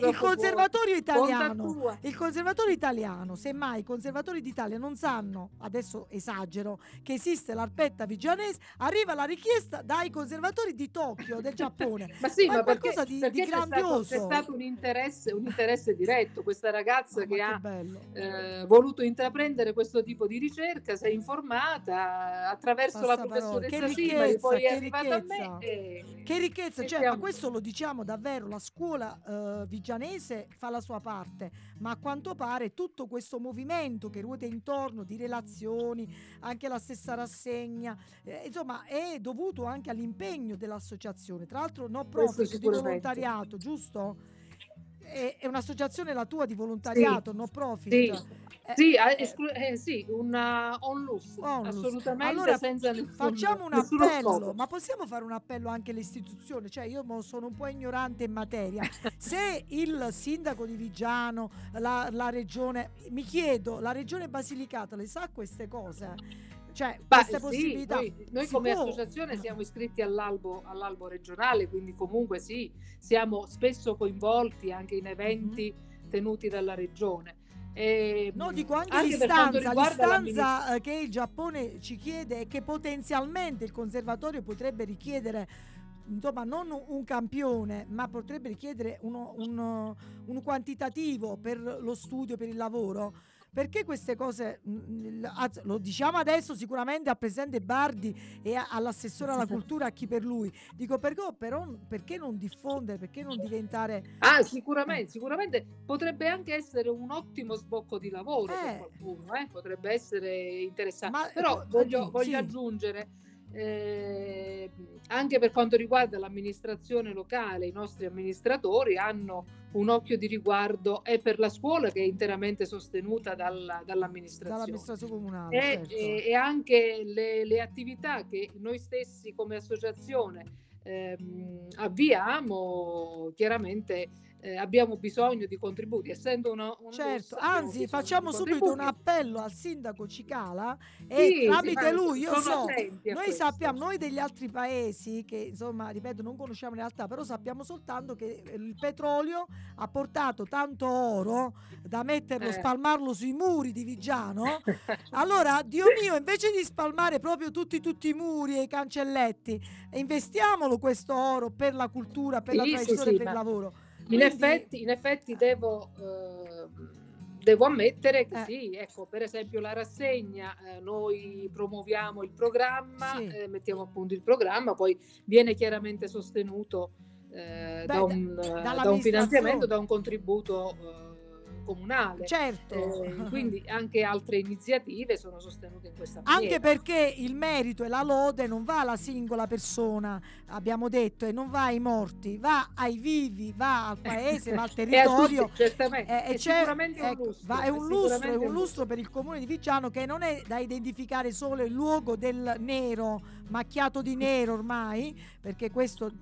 il conservatorio italiano, semmai i conservatori d'Italia non sanno, adesso esagero, che esiste l'arpetta vigianese, arriva la richiesta dai conservatori di Tokyo, del Giappone. Ma sì, ma è qualcosa perché di grandioso. C'è stato un interesse diretto. Questa ragazza che ha bello. voluto intraprendere questo tipo di ricerca si è informata attraverso la professoressa Simari, poi è arrivata a me. Che ricchezza, cioè, ma questo lo diciamo davvero, la scuola vigianese fa la sua parte, ma a quanto pare tutto questo movimento che ruota intorno di relazioni, anche la stessa rassegna, insomma, è dovuto anche all'impegno dell'associazione, tra l'altro no profit, di volontariato, giusto? È un'associazione la tua di volontariato, no profit? Sì, una onlus, assolutamente. Allora, senza facciamo un nessuno appello, scopo. ma possiamo fare un appello anche alle istituzioni? Cioè, io sono un po' ignorante in materia. Se il sindaco di Viggiano, la regione, mi chiedo, la regione Basilicata le sa queste cose? Cioè, queste possibilità. Noi come associazione siamo iscritti all'albo regionale, quindi comunque sì, siamo spesso coinvolti anche in eventi tenuti dalla regione. No, dico anche l'istanza che il Giappone ci chiede e che potenzialmente il conservatorio potrebbe richiedere, insomma, non un campione, ma potrebbe richiedere un quantitativo per lo studio, per il lavoro. Perché queste cose lo diciamo adesso sicuramente al presidente Bardi e all'assessore alla cultura, a chi per lui, dico però perché non diffondere, perché non diventare sicuramente potrebbe anche essere un ottimo sbocco di lavoro per qualcuno, potrebbe essere interessante, però voglio aggiungere anche per quanto riguarda l'amministrazione locale, i nostri amministratori hanno un occhio di riguardo per la scuola, che è interamente sostenuta dall'amministrazione comunale, certo. E anche le attività che noi stessi come associazione avviamo, chiaramente abbiamo bisogno di contributi, essendo un Certo, lusso, abbiamo anzi bisogno facciamo di subito un contributi. appello al sindaco Cicala e Sì, sì, tramite ma lui io sono so, attenti a noi questo. sappiamo, noi degli altri paesi che insomma, ripeto, non conosciamo in realtà, però sappiamo soltanto che il petrolio ha portato tanto oro da metterlo, spalmarlo sui muri di Viggiano. Allora, Dio mio, invece di spalmare proprio tutti i muri e i cancelletti, investiamolo questo oro per la cultura, per la Sì, sì, tradizione, sì, per il ma lavoro. in Quindi, effetti devo ammettere che sì, ecco, per esempio la rassegna, noi promuoviamo il programma, sì. mettiamo a punto il programma, poi viene chiaramente sostenuto Beh, da un finanziamento, dall'amministrazione. da un contributo comunale. Certo. Quindi anche altre iniziative sono sostenute in questa Anche maniera. perché il merito e la lode non va alla singola persona, abbiamo detto, e non va ai morti, va ai vivi, va al paese, va al E a tutti, territorio. certamente, E è c'è, sicuramente un ecco, lustro. è un lustro, è un lustro per il comune di Viggiano, che non è da identificare solo il luogo del nero, macchiato di nero ormai, perché questo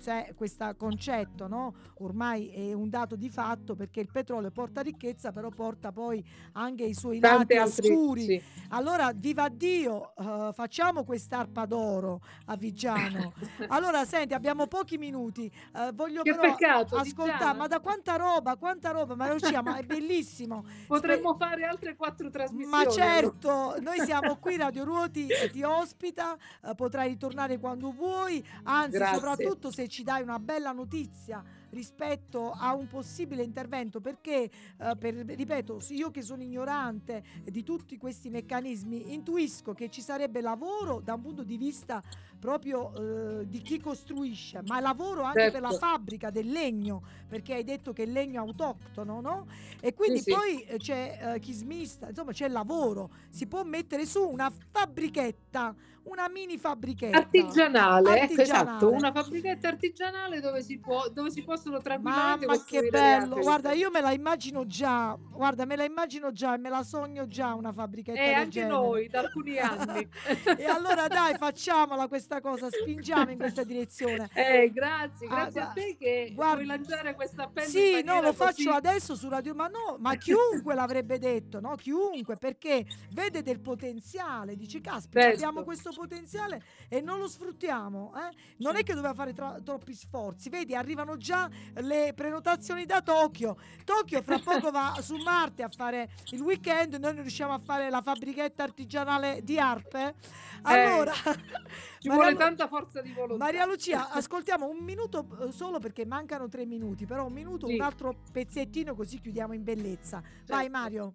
concetto, no? Ormai è un dato di fatto, perché il petrolio porta ricchezza, però porta poi anche i suoi Tanti lati altri, oscuri. sì. Allora, viva Dio, facciamo quest'arpa d'oro a Viggiano. Allora, senti, abbiamo pochi minuti, voglio Che però peccato, ascoltare, Viggiano. ma da quanta roba, ma Lucia, ma è bellissimo. Potremmo fare altre 4 Ma trasmissioni. certo, noi siamo qui, Radio Ruoti ti ospita, potrai ritornare quando vuoi, anzi Grazie. soprattutto se ci dai una bella notizia rispetto a un possibile intervento, perché ripeto, io che sono ignorante di tutti questi meccanismi intuisco che ci sarebbe lavoro da un punto di vista proprio di chi costruisce, ma lavoro anche per la fabbrica del legno, perché hai detto che il legno è autoctono, no? E quindi Sì, poi c'è chi smista, insomma c'è lavoro, si può mettere su una fabbrichetta, una mini fabbrichetta artigianale, ecco, esatto, una fabbrichetta artigianale dove si possono tranquillamente Mamma che costruire le bello, aree. guarda, io me la immagino già, guarda, me la immagino già e me la sogno già una fabbrichetta del Anche genere. noi da alcuni anni. E allora dai, facciamola questa cosa, spingiamo in questa direzione. Grazie a te che puoi lanciare questo appello. Sì, in no, lo così. faccio adesso su Radio, ma chiunque l'avrebbe detto, no? Chiunque, perché vede del potenziale, dice caspita, Certo. abbiamo questo potenziale e non lo sfruttiamo, non è che doveva fare troppi sforzi, vedi, arrivano già le prenotazioni da Tokyo. Tokyo fra poco va su Marte a fare il weekend, noi non riusciamo a fare la fabbrichetta artigianale di arpe. Allora, ci vuole tanta forza di volontà. Maria Lucia, ascoltiamo un minuto solo perché mancano 3 minuti, però un minuto, un altro pezzettino, così chiudiamo in bellezza. Certo. Vai Mario.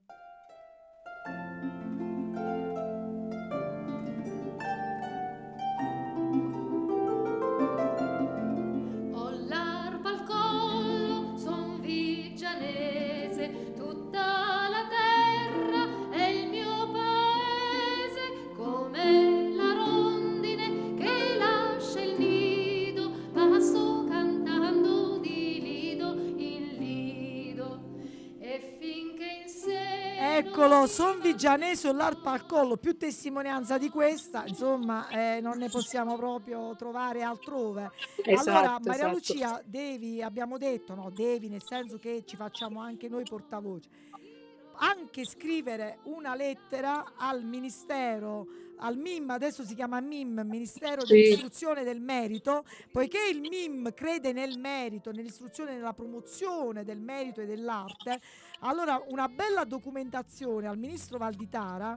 Ho l'arpa al collo, son viggianese, tutta la terra è il mio paese, come la rondine che lascia il nido, passo cantando di lido in lido, e finché in sé. Eccolo, son viggianese, ho l'arpa al collo, più testimonianza di questa, insomma, non ne possiamo proprio trovare altrove. Allora, Maria Lucia, devi, abbiamo detto, no, devi, nel senso che ci facciamo anche noi portavoce, anche scrivere una lettera al Ministero, al MIM, adesso si chiama MIM, Ministero dell'Istruzione e del Merito, poiché il MIM crede nel merito, nell'istruzione e nella promozione del merito e dell'arte. Allora, una bella documentazione al ministro Valditara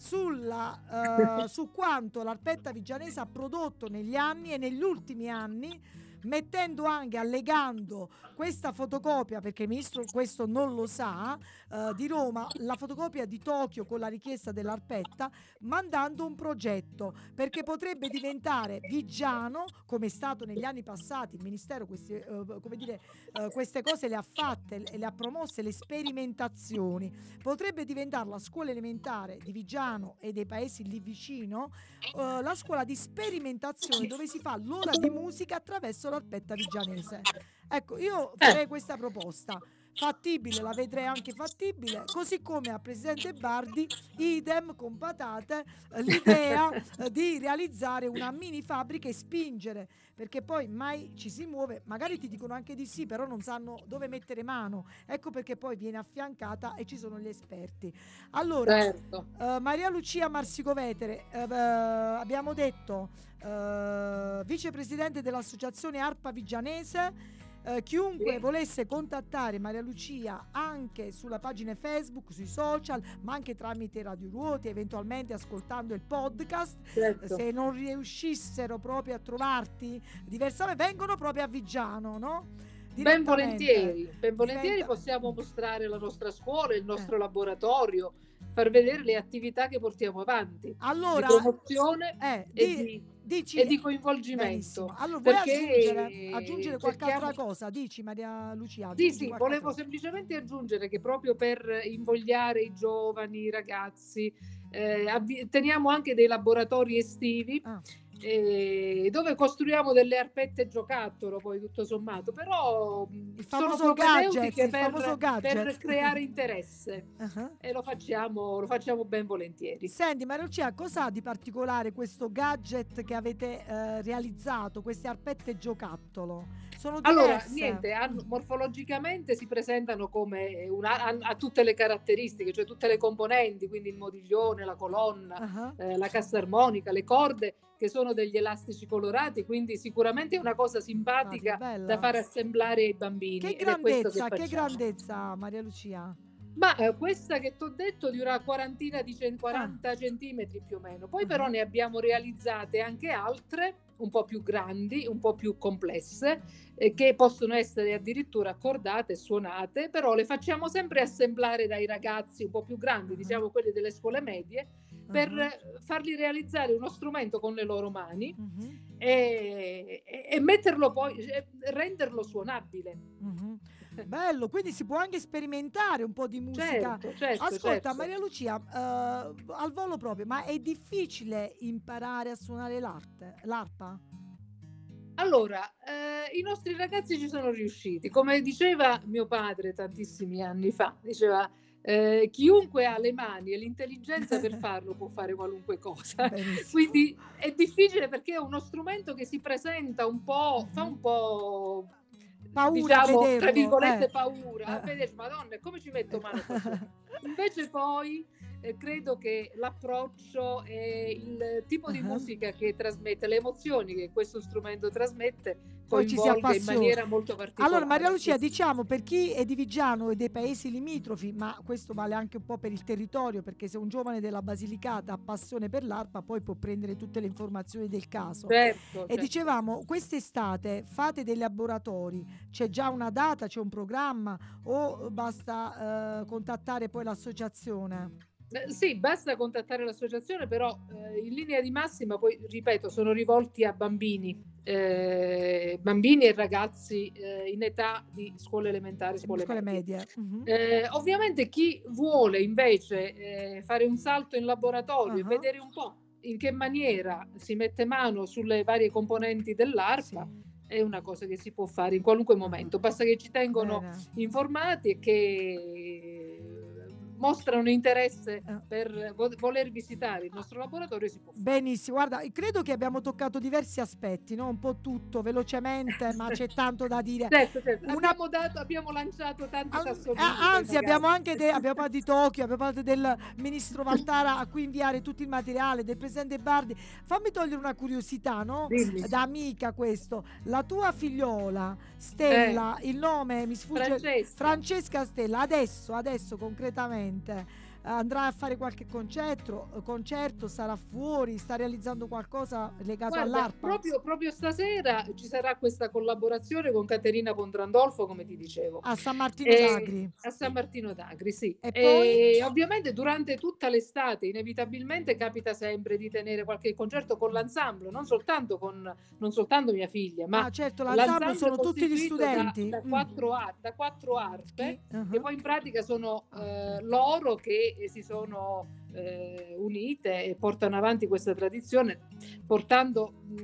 su quanto l'Arpetta Viggianese ha prodotto negli anni e negli ultimi anni, mettendo anche, allegando questa fotocopia, perché il ministro questo non lo sa, di Roma, la fotocopia di Tokyo con la richiesta dell'Arpetta, mandando un progetto, perché potrebbe diventare Viggiano, come è stato negli anni passati. Il ministero queste cose le ha fatte e le ha promosse, le sperimentazioni. Potrebbe diventare la scuola elementare di Viggiano e dei paesi lì vicino, la scuola di sperimentazione dove si fa l'ora di musica attraverso l'Arpetta Viggianese. Ecco, io farei questa proposta. fattibile, la vedrei anche fattibile, così come a Presidente Bardi, idem con patate, l'idea di realizzare una mini fabbrica e spingere, perché poi mai ci si muove, magari ti dicono anche di sì, però non sanno dove mettere mano, ecco perché poi viene affiancata e ci sono gli esperti. Allora, Certo. Maria Lucia Marsicovetere, abbiamo detto vicepresidente dell'associazione ARPA Vigianese. Chiunque Sì. volesse contattare Maria Lucia anche sulla pagina Facebook, sui social, ma anche tramite Radio Ruoti, eventualmente ascoltando il podcast, Certo. se non riuscissero proprio a trovarti diversamente, vengono proprio a Viggiano, no? Ben Direttamente. volentieri Diventa- possiamo mostrare la nostra scuola, il nostro laboratorio, far vedere le attività che portiamo avanti Allora, di promozione dici, e di coinvolgimento. benissimo. Allora, vuoi Perché aggiungere qualche cerchiamo- altra cosa? Dici, Maria Lucia. Sì, aggiungi sì, qualche volevo cosa. semplicemente aggiungere che proprio per invogliare i giovani, i ragazzi, teniamo anche dei laboratori estivi Ah. dove costruiamo delle arpette giocattolo, poi tutto sommato, però Il sono famoso propedeutiche gadget, il famoso gadget. per creare interesse Uh-huh. e lo facciamo ben volentieri. Senti, Maria Lucia, cosa ha di particolare questo gadget che avete realizzato, queste arpette giocattolo? Sono Allora, diverse? niente, morfologicamente si presentano come ha tutte le caratteristiche, cioè tutte le componenti, quindi il modiglione, la colonna, Uh-huh. la cassa armonica, le corde, che sono degli elastici colorati, quindi sicuramente è una cosa simpatica Bella. da fare assemblare ai bambini. Che ed è questo grandezza, che facciamo. grandezza, Maria Lucia? Ma questa che ti ho detto di una quarantina di 40 centimetri più o meno. Poi però ne abbiamo realizzate anche altre, un po' più grandi, un po' più complesse, che possono essere addirittura accordate e suonate, però le facciamo sempre assemblare dai ragazzi un po' più grandi, diciamo quelli delle scuole medie, per fargli realizzare uno strumento con le loro mani e metterlo poi, renderlo suonabile. Bello, quindi si può anche sperimentare un po' di musica. Certo, Ascolta, certo. Maria Lucia, al volo proprio, ma è difficile imparare a suonare l'arpa? Allora, i nostri ragazzi ci sono riusciti. Come diceva mio padre tantissimi anni fa, diceva chiunque ha le mani e l'intelligenza per farlo può fare qualunque cosa. Benissimo. Quindi è difficile perché è uno strumento che si presenta un po', fa un po'... Paura, diciamo, vederlo, tra virgolette, paura a vederci, Madonna, come ci metto mano a questo? Invece poi credo che l'approccio e il tipo di musica che trasmette, le emozioni che questo strumento trasmette, poi ci si coinvolge in appassiona. maniera molto particolare. Allora, Maria Lucia, diciamo, per chi è di Viggiano e dei paesi limitrofi, ma questo vale anche un po' per il territorio, perché se un giovane della Basilicata ha passione per l'arpa, poi può prendere tutte le informazioni del caso. Certo. E dicevamo, quest'estate fate dei laboratori, c'è già una data, c'è un programma o basta contattare poi l'associazione? Sì, basta contattare l'associazione, però in linea di massima, poi ripeto, sono rivolti a bambini e ragazzi in età di scuole elementari, scuole medie. Ovviamente chi vuole invece fare un salto in laboratorio e vedere un po' in che maniera si mette mano sulle varie componenti dell'arpa, è una cosa che si può fare in qualunque momento, basta che ci tengono informati e che mostrano interesse per voler visitare il nostro laboratorio, si può fare. Benissimo, guarda, credo che abbiamo toccato diversi aspetti, no? Un po' tutto, velocemente, ma c'è tanto da dire. Certo. Abbiamo lanciato tanti sassolini. Anzi, abbiamo parlato di Tokyo, abbiamo parlato del ministro Valtara a cui inviare tutto il materiale, del presidente Bardi. Fammi togliere una curiosità, no? Dimmi. Da amica questo. La tua figliola, Stella, il nome mi sfugge. Francesca Stella, adesso concretamente andrà a fare qualche concerto, sarà fuori, sta realizzando qualcosa legato all'arpa? Proprio stasera ci sarà questa collaborazione con Caterina Pontrandolfo, come ti dicevo. A San Martino d'Agri. A San Martino d'Agri, sì. E poi? Ovviamente durante tutta l'estate inevitabilmente capita sempre di tenere qualche concerto con l'ensemble, non soltanto mia figlia, ma certo, l'ensemble sono tutti gli studenti. Da quattro arpe, che poi in pratica sono loro che si sono unite e portano avanti questa tradizione,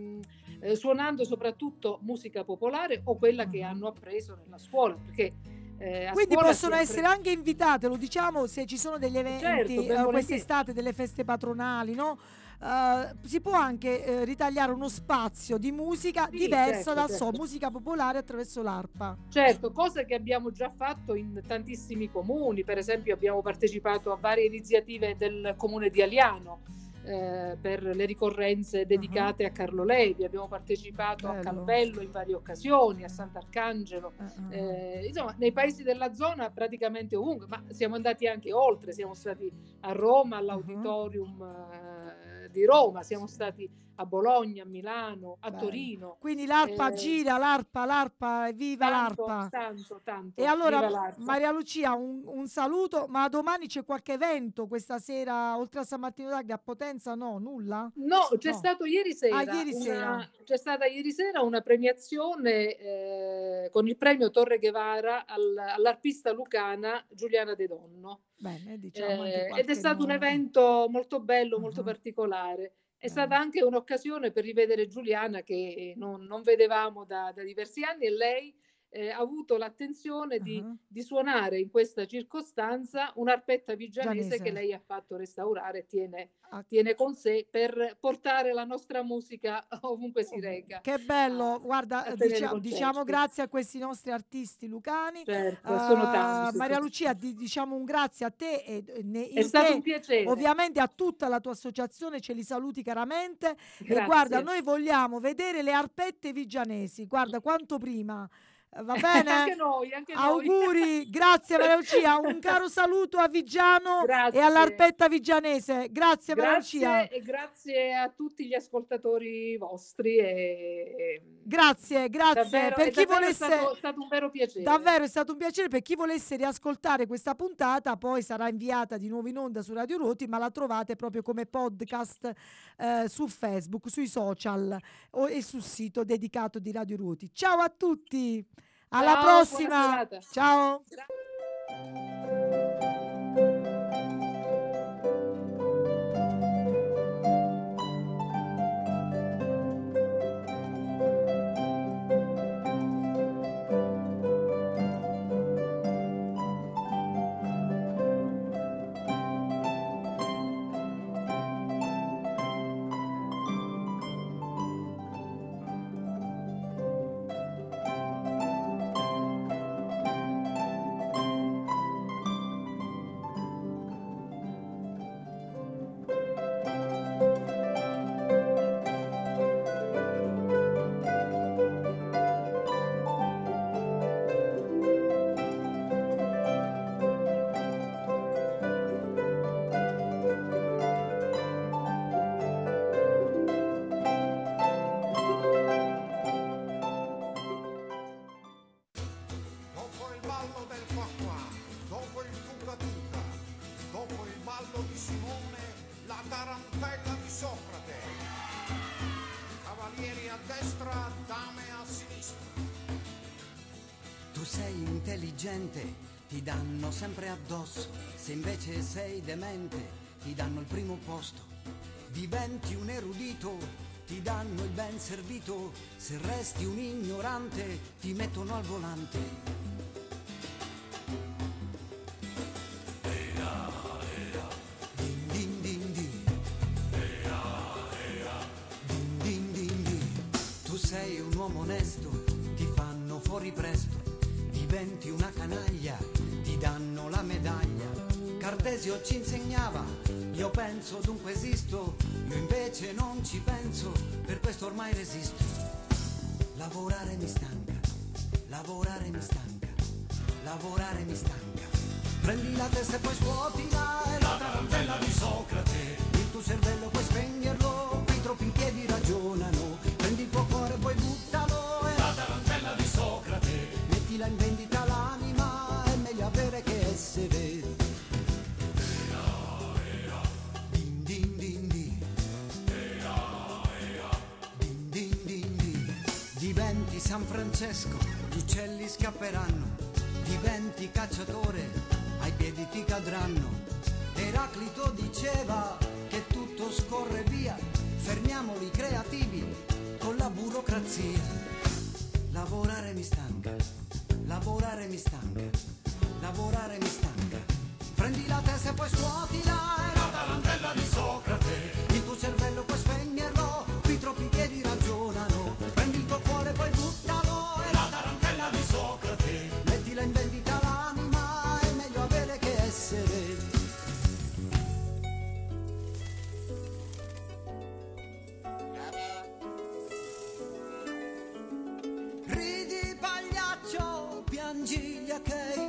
suonando soprattutto musica popolare o quella che hanno appreso nella scuola, perché A Quindi scuola possono essere anche invitate, lo diciamo, se ci sono degli eventi Certo, ben volentieri. quest'estate, delle feste patronali, no? Si può anche ritagliare uno spazio di musica Sì, diversa certo, dal certo. musica popolare attraverso l'arpa. Certo, cosa che abbiamo già fatto in tantissimi comuni. Per esempio abbiamo partecipato a varie iniziative del comune di Aliano per le ricorrenze dedicate a Carlo Levi. Abbiamo partecipato a Bello. Campello in varie occasioni, a Sant'Arcangelo, insomma nei paesi della zona praticamente ovunque, ma siamo andati anche oltre, siamo stati a Roma all'Auditorium di Roma, siamo stati a Bologna, a Milano, a Bello. Torino. Quindi l'arpa gira, l'arpa, viva l'arpa. Tanto. E allora, Viva l'arpa. Maria Lucia, un saluto, ma domani c'è qualche evento questa sera, oltre a San Martino d'Agri, a Potenza? No, nulla? No, c'è No. stato ieri sera. Ieri sera. C'è stata ieri sera una premiazione con il premio Torre Guevara all'arpista lucana Giuliana De Donno. Bene, diciamo anche Ed è qualche stato un nome. evento molto bello, molto Mhm. particolare. È Bene. stata anche un'occasione per rivedere Giuliana che non vedevamo da diversi anni, e lei ha avuto l'attenzione di suonare in questa circostanza un'arpetta vigianese Gianese. che lei ha fatto restaurare e Ah, tiene con sé per portare la nostra musica ovunque si reca. che bello, a guarda, tenere diciamo concerti. grazie a questi nostri artisti lucani. Certo, sono tanti. Maria Lucia, diciamo un grazie a te e È stato un piacere. ovviamente a tutta la tua associazione, ce li saluti caramente. E Grazie. guarda, noi vogliamo vedere le arpette vigianesi, guarda quanto prima. Va bene? Anche noi. Auguri, grazie Maria Lucia, un caro saluto a Viggiano Grazie. e all'arpetta vigianese. Grazie Maria Lucia. E grazie a tutti gli ascoltatori vostri. Grazie. Davvero, Per chi volesse, è stato un vero piacere. davvero è stato un piacere. Per chi volesse riascoltare questa puntata, poi sarà inviata di nuovo in onda su Radio Ruoti, ma la trovate proprio come podcast su Facebook, sui social e sul sito dedicato di Radio Ruoti. Ciao a tutti, alla Ciao, prossima. buona serata. Ciao. Dopo il ballo del qua qua, dopo il tuca tuca, dopo il ballo di Simone, la tarantella di Socrate. Cavalieri a destra, dame a sinistra. Tu sei intelligente, ti danno sempre addosso. Se invece sei demente, ti danno il primo posto. Diventi un erudito, ti danno il ben servito. Se resti un ignorante, ti mettono al volante. Din din din din. Din din din din. Tu sei un uomo onesto, ti fanno fuori presto. Diventi una canaglia, ti danno la medaglia. Cartesio ci insegnava, io penso dunque esisto. Io invece non ci penso, per questo ormai resisto. Lavorare mi stanca, lavorare mi stanca, lavorare mi stanca. Prendi la testa e poi scuotila, è la tarantella di Socrate. Il tuo cervello puoi spegnerlo, qui troppi in piedi ragionano. Prendi il tuo cuore e poi buttalo, è la tarantella di Socrate. Mettila in vendita l'anima, è meglio avere che essere. Din din din din. Din din din din. Diventi San Francesco, gli uccelli scapperanno. Diventi cacciatore, ai piedi ti cadranno. Eraclito diceva che tutto scorre via, fermiamoli creativi con la burocrazia. Lavorare mi stanca, lavorare mi stanca, lavorare mi stanca. Prendi la testa e poi scuotila, è la tarantella di Socrate. Il tuo cervello puoi spegnerlo, qui troppi piedi ragionano. Prendi il tuo cuore e poi buttalo, è la tarantella di Socrate. Mettila in vendita l'anima, è meglio avere che essere. Ridi pagliaccio, piangi gli achei,